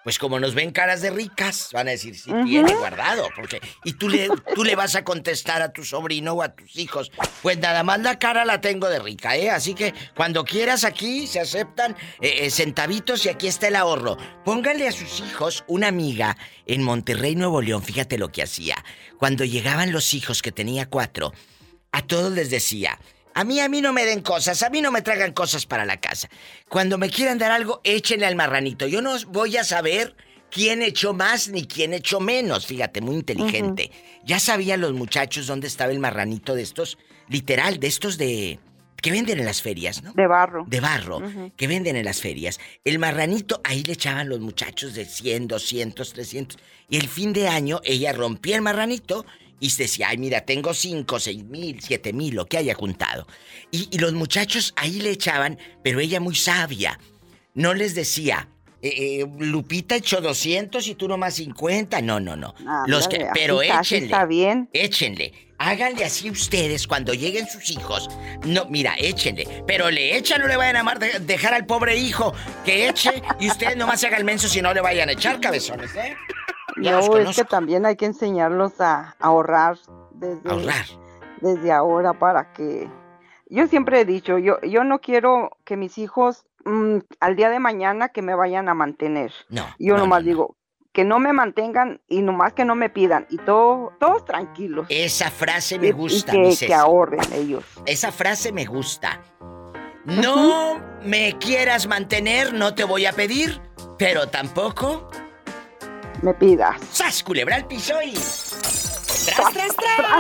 Pues como nos ven caras de ricas, van a decir, sí tiene guardado, porque... Y tú le vas a contestar a tu sobrino o a tus hijos, pues nada más la cara la tengo de rica, ¿eh? Así que cuando quieras aquí se aceptan centavitos y aquí está el ahorro. Póngale a sus hijos una amiga en Monterrey, Nuevo León, fíjate lo que hacía. Cuando llegaban los hijos, que tenía 4, a todos les decía... A mí no me den cosas, a mí no me traigan cosas para la casa. Cuando me quieran dar algo, échenle al marranito. Yo no voy a saber quién echó más ni quién echó menos. Fíjate, muy inteligente. Ya sabían los muchachos dónde estaba el marranito de estos, literal, de estos de... que venden en las ferias, ¿no? De barro. De barro, que venden en las ferias. El marranito, ahí le echaban los muchachos de 100, 200, 300. Y el fin de año, ella rompía el marranito... Y se decía, ay, mira, tengo 5, 6,000, 7,000, lo que haya juntado. Y los muchachos ahí le echaban, pero ella muy sabia. No les decía, Lupita echó 200 y tú nomás 50. No. Pero échenle. Está bien. Échenle. Háganle así ustedes cuando lleguen sus hijos. No, mira, échenle. Pero le echan, no le vayan a dejar al pobre hijo que eche y ustedes nomás se hagan el menso si no le vayan a echar, cabezones, ¿eh? No, es que también hay que enseñarlos a ahorrar desde ahora para que... Yo siempre he dicho, yo no quiero que mis hijos al día de mañana que me vayan a mantener. Yo nomás digo, que no me mantengan y nomás que no me pidan. Y todos tranquilos. Esa frase me gusta, y que ahorren ellos. Esa frase me gusta. No me quieras mantener, no te voy a pedir, pero tampoco... me pidas. ¡Sas, culebra al piso y... ¡Tras!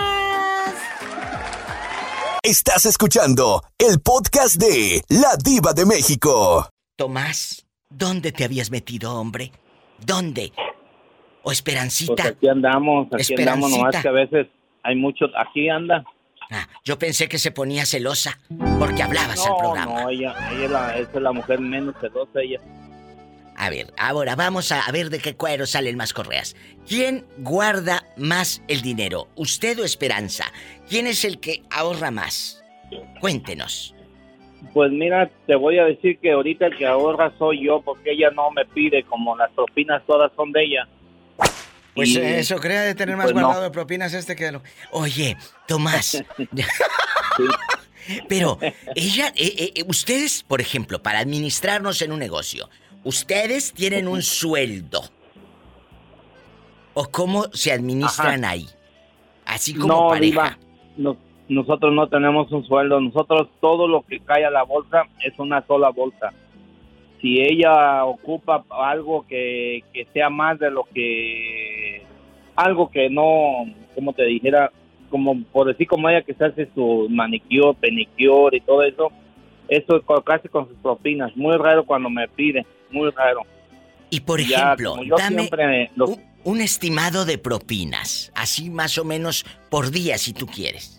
Estás escuchando el podcast de La Diva de México. Tomás, ¿dónde te habías metido, hombre? ¿Dónde? ¿O Esperancita? Pues aquí andamos, nomás que a veces hay mucho... Aquí anda. Yo pensé que se ponía celosa porque hablabas al programa. No, ella es la mujer menos celosa, ella. A ver, ahora vamos a ver de qué cuero salen más correas. ¿Quién guarda más el dinero? ¿Usted o Esperanza? ¿Quién es el que ahorra más? Cuéntenos. Pues mira, te voy a decir que ahorita el que ahorra soy yo, porque ella no me pide, como las propinas todas son de ella. Pues eso crea de tener más guardado de propinas que lo... Oye, Tomás. Pero ella, ustedes, por ejemplo, para administrarnos en un negocio, ustedes tienen un sueldo. ¿O cómo se administran ahí? Así como pareja. Diva, nosotros no tenemos un sueldo. Nosotros todo lo que cae a la bolsa es una sola bolsa. Si ella ocupa algo que sea más de lo que... algo que no, como te dijera, como por decir como ella que se hace su manicure, pedicure y todo eso, eso casi con sus propinas. Muy raro cuando me pide, muy raro. Y por ejemplo, dame un estimado de propinas, así más o menos por día si tú quieres.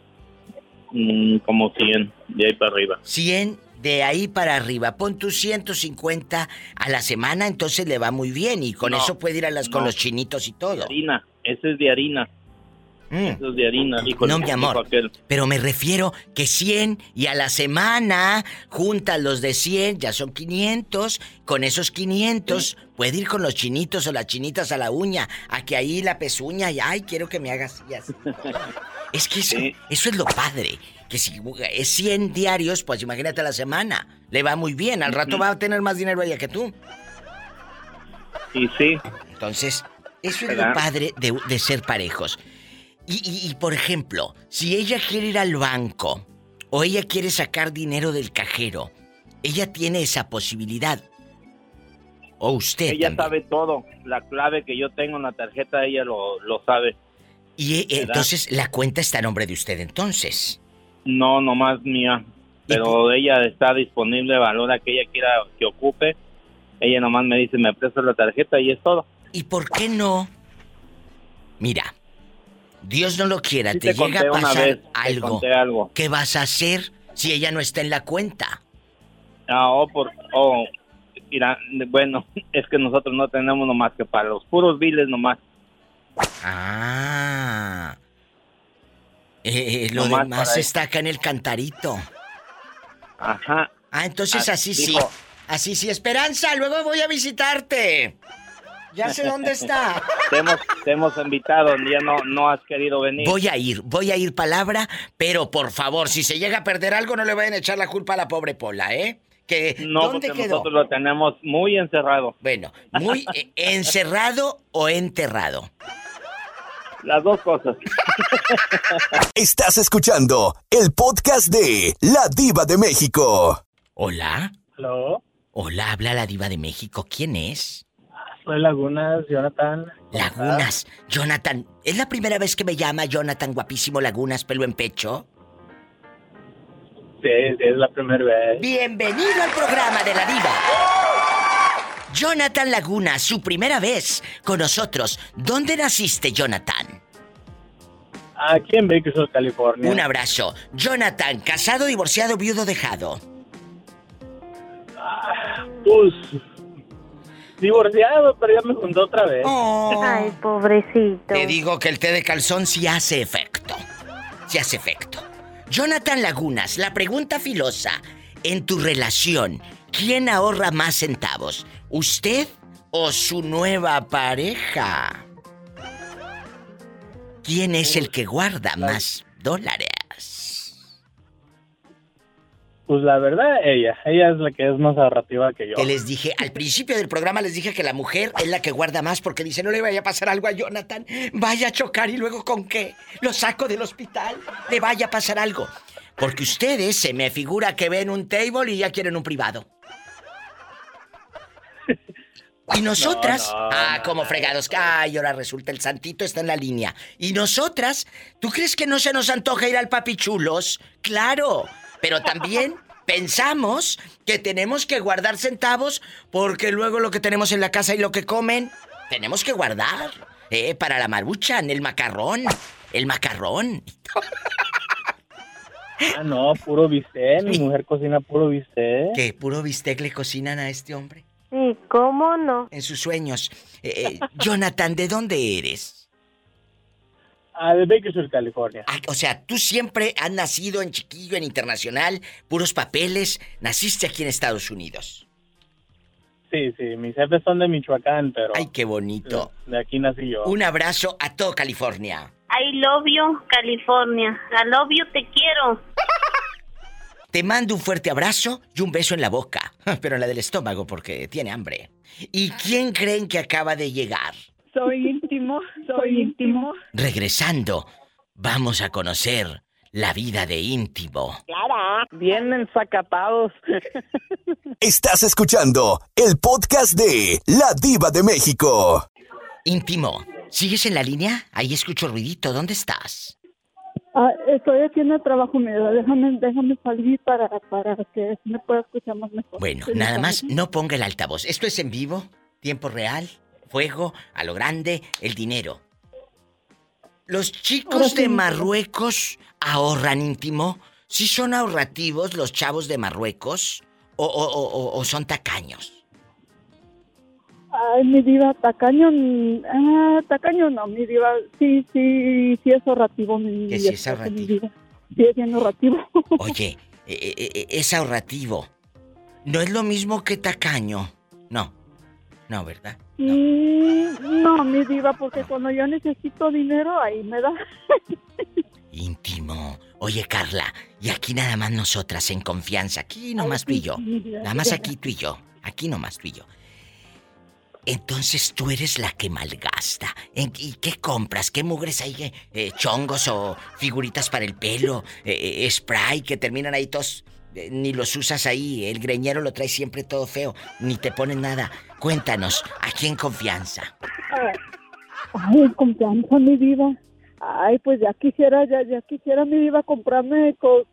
Como 100, de ahí para arriba. 100 de ahí para arriba. Pon tus 150 a la semana, entonces le va muy bien y con eso puede ir con los chinitos y todo. De harina, ese es de harina. Eso es de harina. No, mi amor, pero me refiero que 100 y a la semana juntas los de 100, ya son 500. Con esos 500 puede ir con los chinitos o las chinitas a la uña, a que ahí la pezuña y ay, quiero que me hagas así. Es que eso es lo padre, que si es 100 diarios, pues imagínate a la semana, le va muy bien, al rato va a tener más dinero ella que tú. Y sí. Entonces, eso es lo padre de ser parejos. Y por ejemplo, si ella quiere ir al banco o ella quiere sacar dinero del cajero, ella tiene esa posibilidad. O usted ella también sabe todo. La clave que yo tengo en la tarjeta, ella lo sabe. Y entonces la cuenta está a nombre de usted, entonces. No, nomás mía. Pero ella está disponible a la hora que ella quiera que ocupe. Ella nomás me dice, me prestas la tarjeta y es todo. ¿Y por qué no? Mira, Dios no lo quiera, Sí, te llega a pasar algo. ¿Qué vas a hacer si ella no está en la cuenta? Mira, bueno, es que nosotros no tenemos nomás que para los puros biles nomás. Lo Nomás demás para está acá en el cantarito. Ajá. Entonces así sí. Así, sí, Esperanza, luego voy a visitarte. Ya sé dónde está. Te hemos invitado, ya no has querido venir. Voy a ir palabra, pero por favor, si se llega a perder algo, no le vayan a echar la culpa a la pobre Pola, ¿eh? Que, No, ¿dónde porque quedó? nosotros lo tenemos muy encerrado. Bueno, muy encerrado o enterrado. Las dos cosas. Estás escuchando el podcast de La Diva de México. Hola. ¿Aló? Hola, habla la Diva de México. ¿Quién es? Soy Lagunas, Jonathan. Lagunas. Jonathan, ¿es la primera vez que me llama Jonathan guapísimo Lagunas, pelo en pecho? Sí, es la primera vez. Bienvenido al programa de la Diva. Jonathan Laguna, su primera vez con nosotros. ¿Dónde naciste, Jonathan? Aquí en Bakersfield, California. Un abrazo. Jonathan, casado, divorciado, viudo, dejado. Pues... divorciado, pero ya me juntó otra vez. Ay, pobrecito. Te digo que el té de calzón sí hace efecto. Sí hace efecto. Jonathan Lagunas, la pregunta filosa. En tu relación, ¿quién ahorra más centavos? ¿Usted o su nueva pareja? ¿Quién es el que guarda más dólares? Pues la verdad, ella es la que es más ahorrativa que yo. Que les dije, al principio del programa les dije que la mujer es la que guarda más porque dice, no le vaya a pasar algo a Jonathan, vaya a chocar y luego ¿con qué? Lo saco del hospital, le vaya a pasar algo. Porque ustedes se me figura que ven un table y ya quieren un privado. Y nosotras, como fregados, ay, ahora resulta el santito está en la línea. Y nosotras, ¿tú crees que no se nos antoja ir al Papichulos? Claro, pero también pensamos que tenemos que guardar centavos porque luego lo que tenemos en la casa y lo que comen, tenemos que guardar, para la maruchan, el macarrón. No, puro bistec, mi mujer cocina puro bistec. ¿Qué? ¿Puro bistec le cocinan a este hombre? Sí, ¿cómo no? En sus sueños. Jonathan, ¿de dónde eres? De Bakersfield, California. O sea, tú siempre has nacido en chiquillo, en internacional, puros papeles, naciste aquí en Estados Unidos. Sí, mis jefes son de Michoacán, pero... Ay, qué bonito. De aquí nací yo. Un abrazo a todo California. I love you, California. I love you, te quiero. Te mando un fuerte abrazo y un beso en la boca, pero en la del estómago porque tiene hambre. ¿Y quién creen que acaba de llegar? Soy íntimo. Regresando, vamos a conocer la vida de Íntimo. Clara, bien ensacatados. Estás escuchando el podcast de La Diva de México. Íntimo, ¿sigues en la línea? Ahí escucho ruidito, ¿dónde estás? Estoy haciendo el trabajo, mira, déjame salir para que me pueda escuchar más mejor. Bueno, nada más no ponga el altavoz. Esto es en vivo, tiempo real, fuego, a lo grande, el dinero. ¿Los chicos de Marruecos ahorran, Íntimo? ¿Sí son ahorrativos los chavos de Marruecos o son tacaños? Ay, mi diva, tacaño no, mi diva, sí es ahorrativo, mi Que sí es ahorrativo. Sí es bien ahorrativo. Oye, es ahorrativo. ¿No es lo mismo que tacaño? No, ¿verdad? No, mi diva, porque cuando yo necesito dinero, ahí me da. Íntimo. Oye, Carla, y aquí nada más nosotras en confianza, aquí nomás tú y yo. Nada más aquí tú y yo, aquí nomás tú y yo. Entonces tú eres la que malgasta. ¿Y qué compras? ¿Qué mugres hay? ¿Chongos o figuritas para el pelo? ¿Spray que terminan ahí todos? Ni los usas ahí. El greñero lo trae siempre todo feo. Ni te ponen nada. Cuéntanos, aquí en confianza. Ay, en confianza, mi diva. Ay, pues ya quisiera mi diva comprarme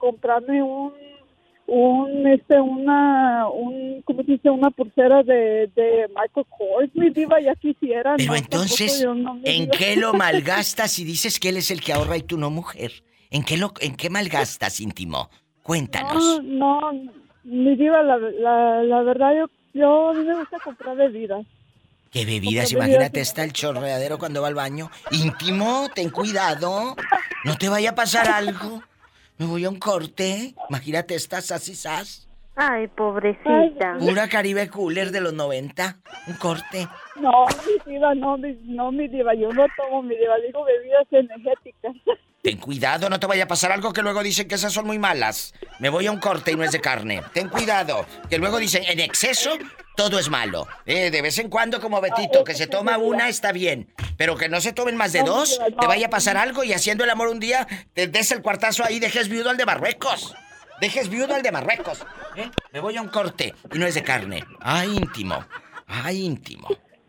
¿cómo se dice? Una pulsera de Michael Kors, mi diva, ya quisiera. Pero no, entonces, ¿en qué lo malgastas si dices que él es el que ahorra y tú no, mujer? ¿En qué malgastas, Íntimo? Cuéntanos. No, mi diva, la verdad, yo a mí me gusta comprar bebidas. ¿Qué bebidas? Imagínate, está el chorreadero cuando va al baño. Íntimo, ten cuidado. No te vaya a pasar algo. Me voy a un corte. Imagínate, estás así, sas. Ay, pobrecita. Pura Caribe Cooler de los 90. Un corte. No, mi diva, mi diva, yo no tomo, mi diva, digo bebidas energéticas. Ten cuidado, no te vaya a pasar algo que luego dicen que esas son muy malas. Me voy a un corte y no es de carne. Ten cuidado, que luego dicen en exceso todo es malo. De vez en cuando, como Betito, que se toma una está bien, pero que no se tomen más de dos, te vaya a pasar algo y haciendo el amor un día te des el cuartazo ahí, dejes viudo al de Marruecos. Dejes viudo al de Marruecos. Me voy a un corte y no es de carne. Ay, íntimo. Ay, íntimo.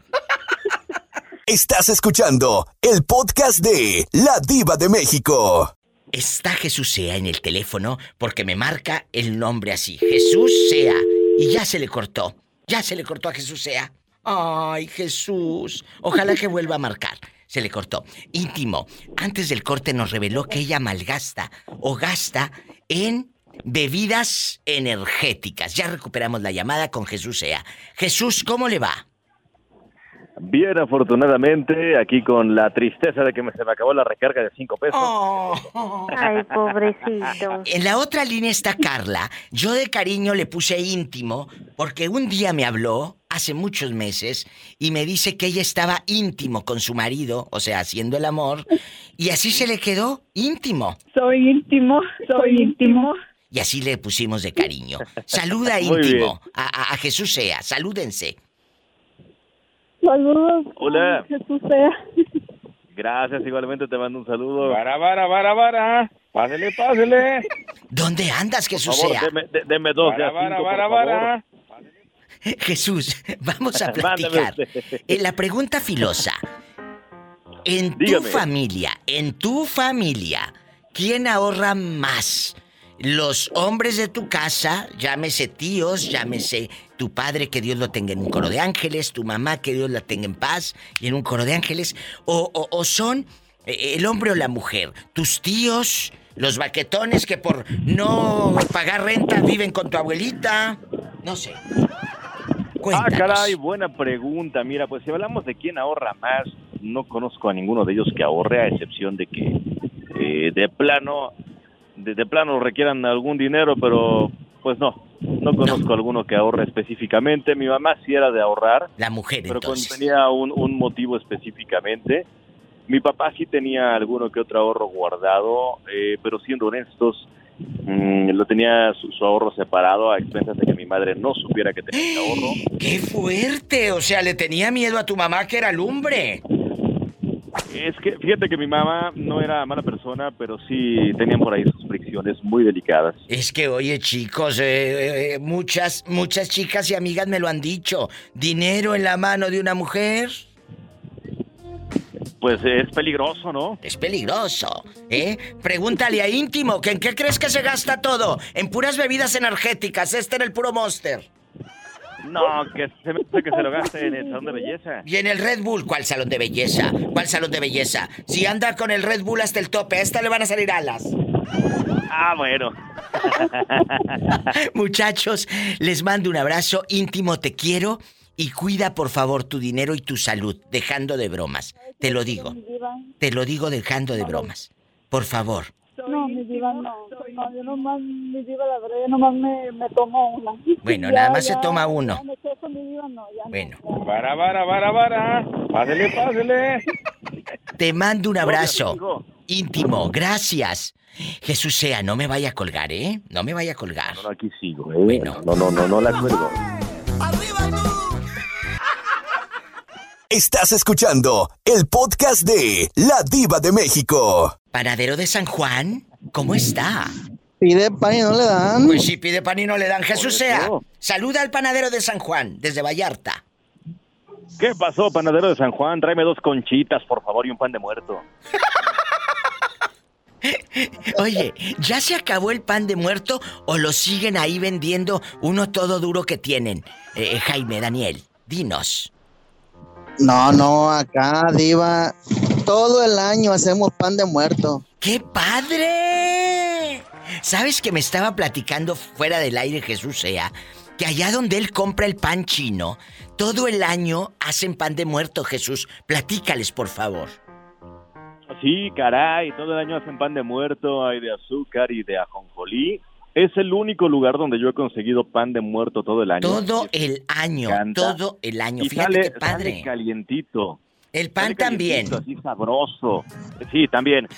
Estás escuchando el podcast de La Diva de México. Está Jesús Sea en el teléfono porque me marca el nombre así. Jesús Sea. Y ya se le cortó. Ya se le cortó a Jesús Sea. Ay, Jesús. Ojalá que vuelva a marcar. Se le cortó. Íntimo. Antes del corte nos reveló que ella malgasta o gasta en bebidas energéticas. Ya recuperamos la llamada con Jesús Sea. Jesús, ¿cómo le va? Bien, afortunadamente, aquí con la tristeza de que se me acabó la recarga de 5 pesos. Oh. Ay, pobrecito. En la otra línea está Carla. Yo de cariño le puse íntimo porque un día me habló, hace muchos meses, y me dice que ella estaba íntimo con su marido, o sea, haciendo el amor, y así se le quedó íntimo. Soy íntimo. Y así le pusimos de cariño. Saluda Muy íntimo a Jesús Sea, salúdense. Saludos. Hola. Jesús Sea. Gracias, igualmente te mando un saludo. Vara. Pásele. ¿Dónde andas, Jesús Por Sea? favor, deme dos, ya cinco, por favor. Jesús, vamos a platicar. La pregunta filosa. En tu familia, ¿quién ahorra más? ¿Los hombres de tu casa, llámese tíos, llámese tu padre, que Dios lo tenga en un coro de ángeles, tu mamá, que Dios la tenga en paz y en un coro de ángeles, o son el hombre o la mujer, tus tíos, los baquetones que por no pagar renta viven con tu abuelita? No sé. Cuéntanos. Ah, caray, buena pregunta. Mira, pues si hablamos de quién ahorra más, no conozco a ninguno de ellos que ahorre, a excepción de que de plano requieran algún dinero, pero pues no conozco alguno que ahorre específicamente. Mi mamá sí era de ahorrar. La mujer, pero entonces. cuando tenía un motivo específicamente. Mi papá sí tenía alguno que otro ahorro guardado, pero siendo honestos, lo tenía su ahorro separado a expensas de que mi madre no supiera que tenía ahorro. ¡Qué fuerte! O sea, le tenía miedo a tu mamá que era lumbre. Es que fíjate que mi mamá no era mala persona, pero sí tenían por ahí sus fricciones muy delicadas. Es que, oye, chicos, muchas chicas y amigas me lo han dicho. ¿Dinero en la mano de una mujer? Pues es peligroso, ¿no? Es peligroso, ¿eh? Pregúntale a Íntimo, que ¿en qué crees que se gasta todo? En puras bebidas energéticas, era el puro Monster. No, que se me hace que se lo gaste en el salón de belleza. Y en el Red Bull, ¿cuál salón de belleza? ¿Cuál salón de belleza? Si anda con el Red Bull hasta el tope, a esta le van a salir alas. Ah, bueno. Muchachos, les mando un abrazo. Íntimo, te quiero. Y cuida, por favor, tu dinero y tu salud, dejando de bromas. Te lo digo dejando de bromas. Por favor. No, mi diva, no, yo nomás, mi diva, la verdad, yo nomás me tomo una. Bueno, nada más se toma uno. Bueno. Vara. Pásele. Te mando un abrazo. Íntimo, gracias. Jesús Sea, no me vaya a colgar, ¿eh? No me vaya a colgar. No, aquí sigo, ¿eh? Bueno. No la cuelgo. Estás escuchando el podcast de La Diva de México. Panadero de San Juan, ¿cómo está? Pide pan y no le dan. Pues sí, pide pan y no le dan. Jesús Sea, saluda al panadero de San Juan, desde Vallarta. ¿Qué pasó, panadero de San Juan? Tráeme 2 conchitas, por favor, y un pan de muerto. Oye, ¿ya se acabó el pan de muerto o lo siguen ahí vendiendo uno todo duro que tienen? Jaime, Daniel, dinos. No, acá, diva, todo el año hacemos pan de muerto. ¡Qué padre! ¿Sabes que me estaba platicando fuera del aire Jesús Sea? Que allá donde él compra el pan chino, todo el año hacen pan de muerto, Jesús. Platícales, por favor. Sí, caray, todo el año hacen pan de muerto, hay de azúcar y de ajonjolí. Es el único lugar donde yo he conseguido pan de muerto todo el año. Todo el año, todo el año. Y Fíjate qué padre. sale calientito. El pan también. Así sabroso. Sí, también.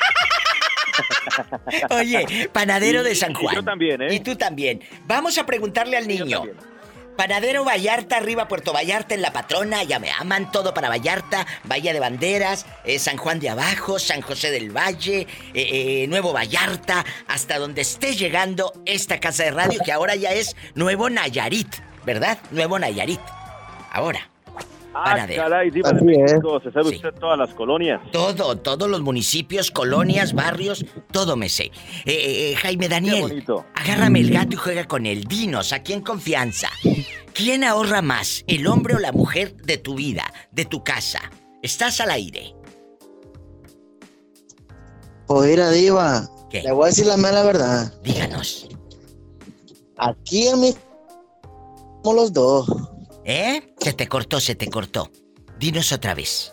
Oye, panadero de San Juan. Y yo también, ¿eh? Y tú también. Vamos a preguntarle al niño. Panadero Vallarta, arriba Puerto Vallarta, en La Patrona, ya me aman, todo para Vallarta, Bahía de Banderas, San Juan de Abajo, San José del Valle, Nuevo Vallarta, hasta donde esté llegando esta casa de radio, que ahora ya es Nuevo Nayarit, ¿verdad? Nuevo Nayarit. Ahora. Panadero. Caray, Diva de México, ¿se sabe usted todas las colonias? Todos los municipios, colonias, barrios, todo me sé. Jaime Daniel, agárrame el gato y juega con él. Dinos, aquí en confianza, ¿quién ahorra más, el hombre o la mujer de tu vida, de tu casa? Estás al aire. Oiga, Diva, ¿qué? Le voy a decir la mera verdad. Díganos. Aquí en mi... somos los dos. Se te cortó. Dinos otra vez.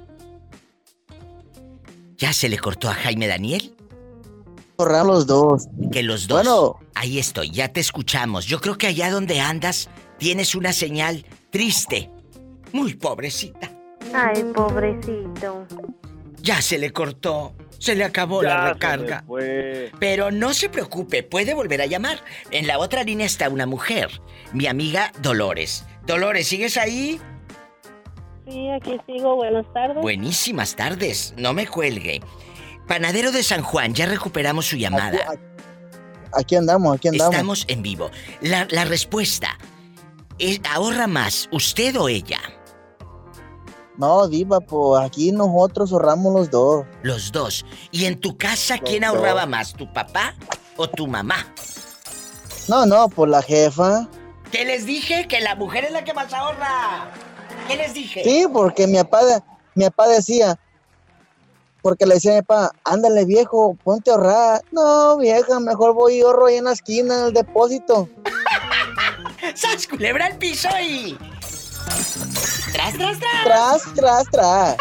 ¿Ya se le cortó a Jaime Daniel? Ahorrar los dos. Que los dos. Bueno. Ahí estoy, ya te escuchamos. Yo creo que allá donde andas tienes una señal triste. Muy pobrecita. Ay, pobrecito. Ya se le cortó. Se le acabó la recarga. Pero no se preocupe, puede volver a llamar. En la otra línea está una mujer, mi amiga Dolores. Dolores, ¿sigues ahí? Sí, aquí sigo. Buenas tardes. Buenísimas tardes. No me cuelgue. Panadero de San Juan, ya recuperamos su llamada. Aquí andamos. Estamos en vivo. La respuesta es, ¿ahorra más usted o ella? No, Diva, pues aquí nosotros ahorramos los dos. Los dos. ¿Y en tu casa quién ahorraba más, tu papá o tu mamá? No, pues la jefa. ¿Qué les dije? Que la mujer es la que más ahorra. ¿Qué les dije? Sí, porque mi papá decía, porque le decía a mi papá, ándale viejo, ponte a ahorrar. No, vieja, mejor voy y ahorro ahí en la esquina, en el depósito. ¡Sas, culebra al piso y... ¡Tras! Tras.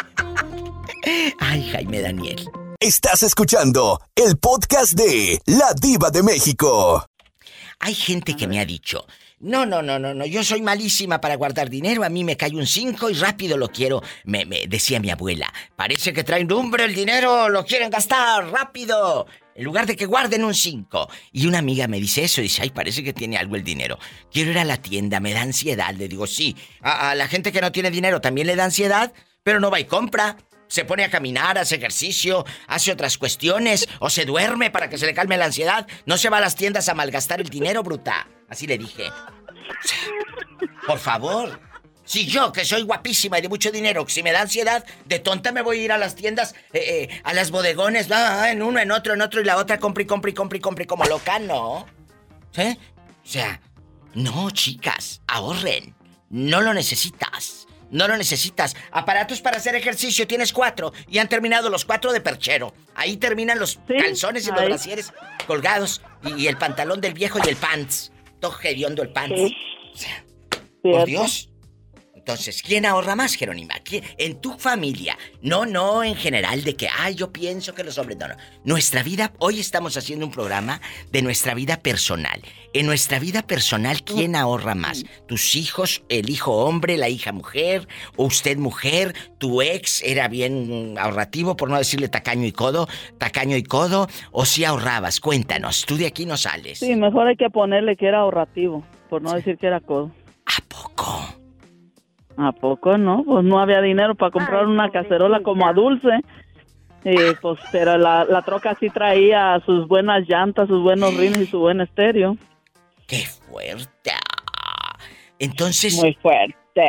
Ay, Jaime Daniel. Estás escuchando el podcast de La Diva de México. Hay gente que me ha dicho, no, yo soy malísima para guardar dinero, a mí me cae un 5 y rápido lo quiero. Me decía mi abuela, parece que traen lumbre el dinero, lo quieren gastar rápido, en lugar de que guarden un 5. Y una amiga me dice eso, dice, ay, parece que tiene algo el dinero. Quiero ir a la tienda, me da ansiedad. Le digo, sí, a la gente que no tiene dinero también le da ansiedad, pero no va y compra. Se pone a caminar, hace ejercicio, hace otras cuestiones, o se duerme para que se le calme la ansiedad. No se va a las tiendas a malgastar el dinero, bruta. Así le dije. Por favor. Si yo, que soy guapísima y de mucho dinero, si me da ansiedad, de tonta me voy a ir a las tiendas, a las bodegones, en uno, en otro, y la otra compre como loca, ¿no? ¿Sí? O sea, no, chicas, ahorren. No lo necesitas. Aparatos para hacer ejercicio tienes 4 y han terminado los 4 de perchero. Ahí terminan los calzones y los brasieres colgados y el pantalón del viejo y el pants. Todo hediondo el pants. Sí. O sea, por Dios. Entonces, ¿quién ahorra más, Jerónima? ¿Quién? En tu familia. No en general de que, yo pienso que los hombres... No. Nuestra vida, hoy estamos haciendo un programa de nuestra vida personal. En nuestra vida personal, ¿quién ahorra más? ¿Tus hijos, el hijo hombre, la hija mujer, o usted mujer? ¿Tu ex era bien ahorrativo, por no decirle tacaño y codo, o si ahorrabas? Cuéntanos, tú de aquí no sales. Sí, mejor hay que ponerle que era ahorrativo, por no decir que era codo. ¿A poco? ¿A poco no? Pues no había dinero para comprar una cacerola como a Dulce. Pues, pero la troca sí traía sus buenas llantas, sus buenos rines y su buen estéreo. ¡Qué fuerte! Entonces... Muy fuerte.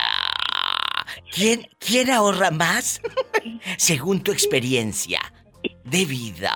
¿Quién ahorra más? Según tu experiencia de vida.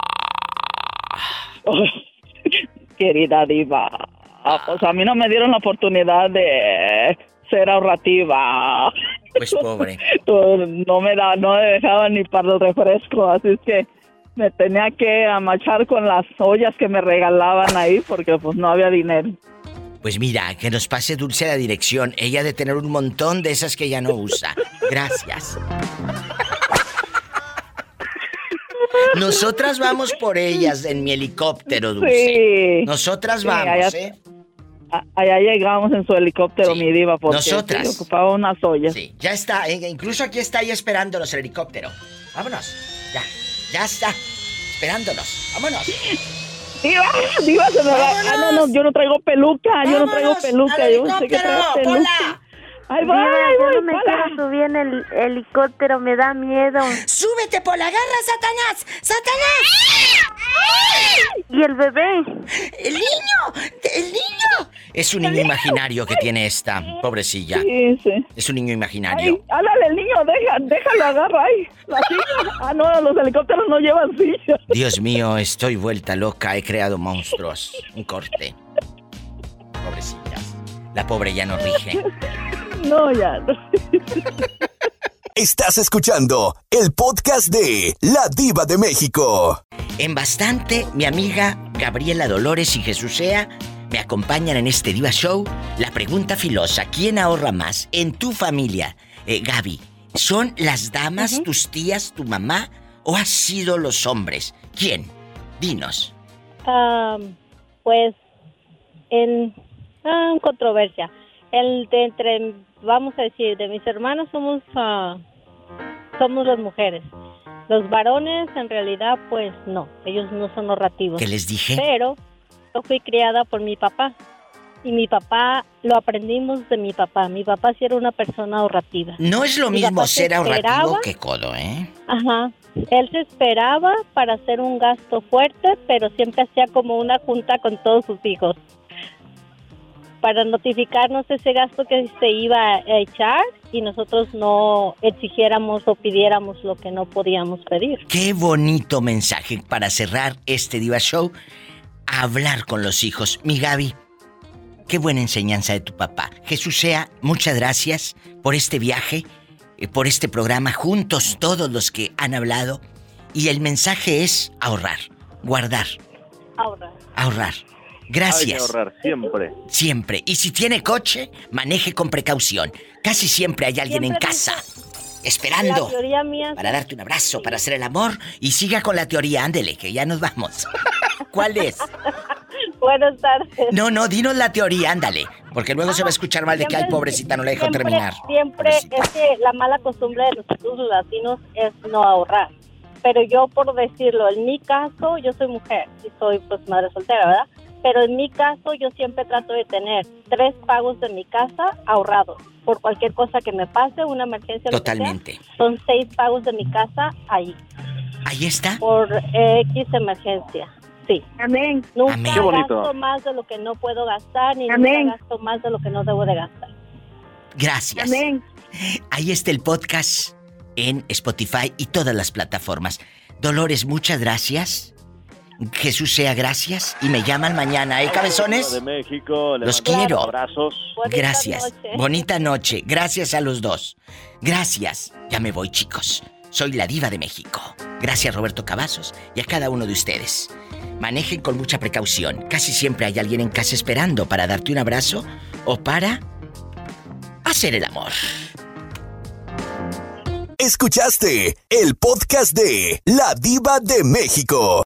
Querida diva, pues a mí no me dieron la oportunidad de... ser ahorrativa. Pues pobre. No me dejaba ni para el refresco, así es que me tenía que amachar con las ollas que me regalaban ahí porque pues no había dinero. Pues mira, que nos pase Dulce la dirección. Ella ha de tener un montón de esas que ella no usa. Gracias. Nosotras vamos por ellas en mi helicóptero, Dulce. Sí. Nosotras Sí, vamos, allá, allá llegamos en su helicóptero, mi diva, porque Nosotras. sí, ocupaba unas ollas. Sí, ya está. Incluso aquí está ahí esperándonos el helicóptero. Vámonos. Ya está. Esperándonos. Vámonos. Diva, se me va. Ah, no, yo no traigo peluca. Yo no traigo peluca. Yo sé que traigo peluca. Ay, Diva, voy, yo no me Pola. quiero subir en el helicóptero, me da miedo. ¡Súbete, Pola! ¡Agarra, Satanás! ¡Satanás! ¿Y el bebé? ¡El niño! ¡El niño! Es un niño imaginario que tiene esta, pobrecilla. Sí. Es un niño imaginario. Ay, ándale, el niño, déjalo, agarra ahí. La silla. Ah, no, los helicópteros no llevan silla. Dios mío, estoy vuelta loca. He creado monstruos. Un corte. Pobrecillas. La pobre ya no rige. No, ya. Estás escuchando el podcast de La Diva de México. En bastante, mi amiga Gabriela Dolores y Jesucea me acompañan en este Diva Show. La pregunta filosa, ¿quién ahorra más en tu familia? Gaby, ¿son las damas, tus tías, tu mamá o has sido los hombres? ¿Quién? Dinos. Pues en controversia. Entre, vamos a decir, de mis hermanos somos las mujeres. Los varones, en realidad, pues no. Ellos no son ahorrativos. ¿Qué les dije? Pero yo fui criada por mi papá. Y mi papá, lo aprendimos de mi papá. Mi papá sí era una persona ahorrativa. No es lo Mi mismo papá ser se ahorrativo esperaba. que codo, ¿eh? Ajá. Él se esperaba para hacer un gasto fuerte, pero siempre hacía como una junta con todos sus hijos para notificarnos ese gasto que se iba a echar y nosotros no exigiéramos o pidiéramos lo que no podíamos pedir. Qué bonito mensaje para cerrar este Diva Show. Hablar con los hijos. Mi Gaby, qué buena enseñanza de tu papá. Jesucea, muchas gracias por este viaje, por este programa, juntos todos los que han hablado. Y el mensaje es ahorrar, guardar. Ahorrar. Gracias. Hay que ahorrar siempre. Siempre. Y si tiene coche, maneje con precaución. Casi siempre hay alguien en casa esperando La teoría mía para darte un abrazo, para hacer el amor. Y siga con la teoría, ándele, que ya nos vamos. ¿Cuál es? Buenas tardes. No, dinos la teoría, ándale. Porque luego se va a escuchar mal de que, ay, pobrecita, no le dejo terminar. Siempre es que la mala costumbre de nosotros los latinos es no ahorrar. Pero yo, por decirlo, en mi caso, yo soy mujer y soy pues madre soltera, ¿verdad? Pero en mi caso, yo siempre trato de tener 3 pagos de mi casa ahorrados. Por cualquier cosa que me pase, una emergencia. Totalmente. Lo que sea, son 6 pagos de mi casa ahí. Ahí está. Por X emergencia. Sí. Amén. Nunca Amén. Qué bonito. gasto más de lo que no puedo gastar, ni Amén. nunca gasto más de lo que no debo de gastar. Gracias. Amén. Ahí está el podcast en Spotify y todas las plataformas. Dolores, muchas gracias. Jesucea, gracias. Y me llaman mañana, ¿eh, cabezones? De México, le Los mando quiero. abrazos. Gracias. Bonita noche. Gracias a los dos. Gracias. Ya me voy, chicos. Soy la Diva de México. Gracias, Roberto Cavazos, y a cada uno de ustedes. Manejen con mucha precaución. Casi siempre hay alguien en casa esperando para darte un abrazo o para hacer el amor. Escuchaste el podcast de La Diva de México.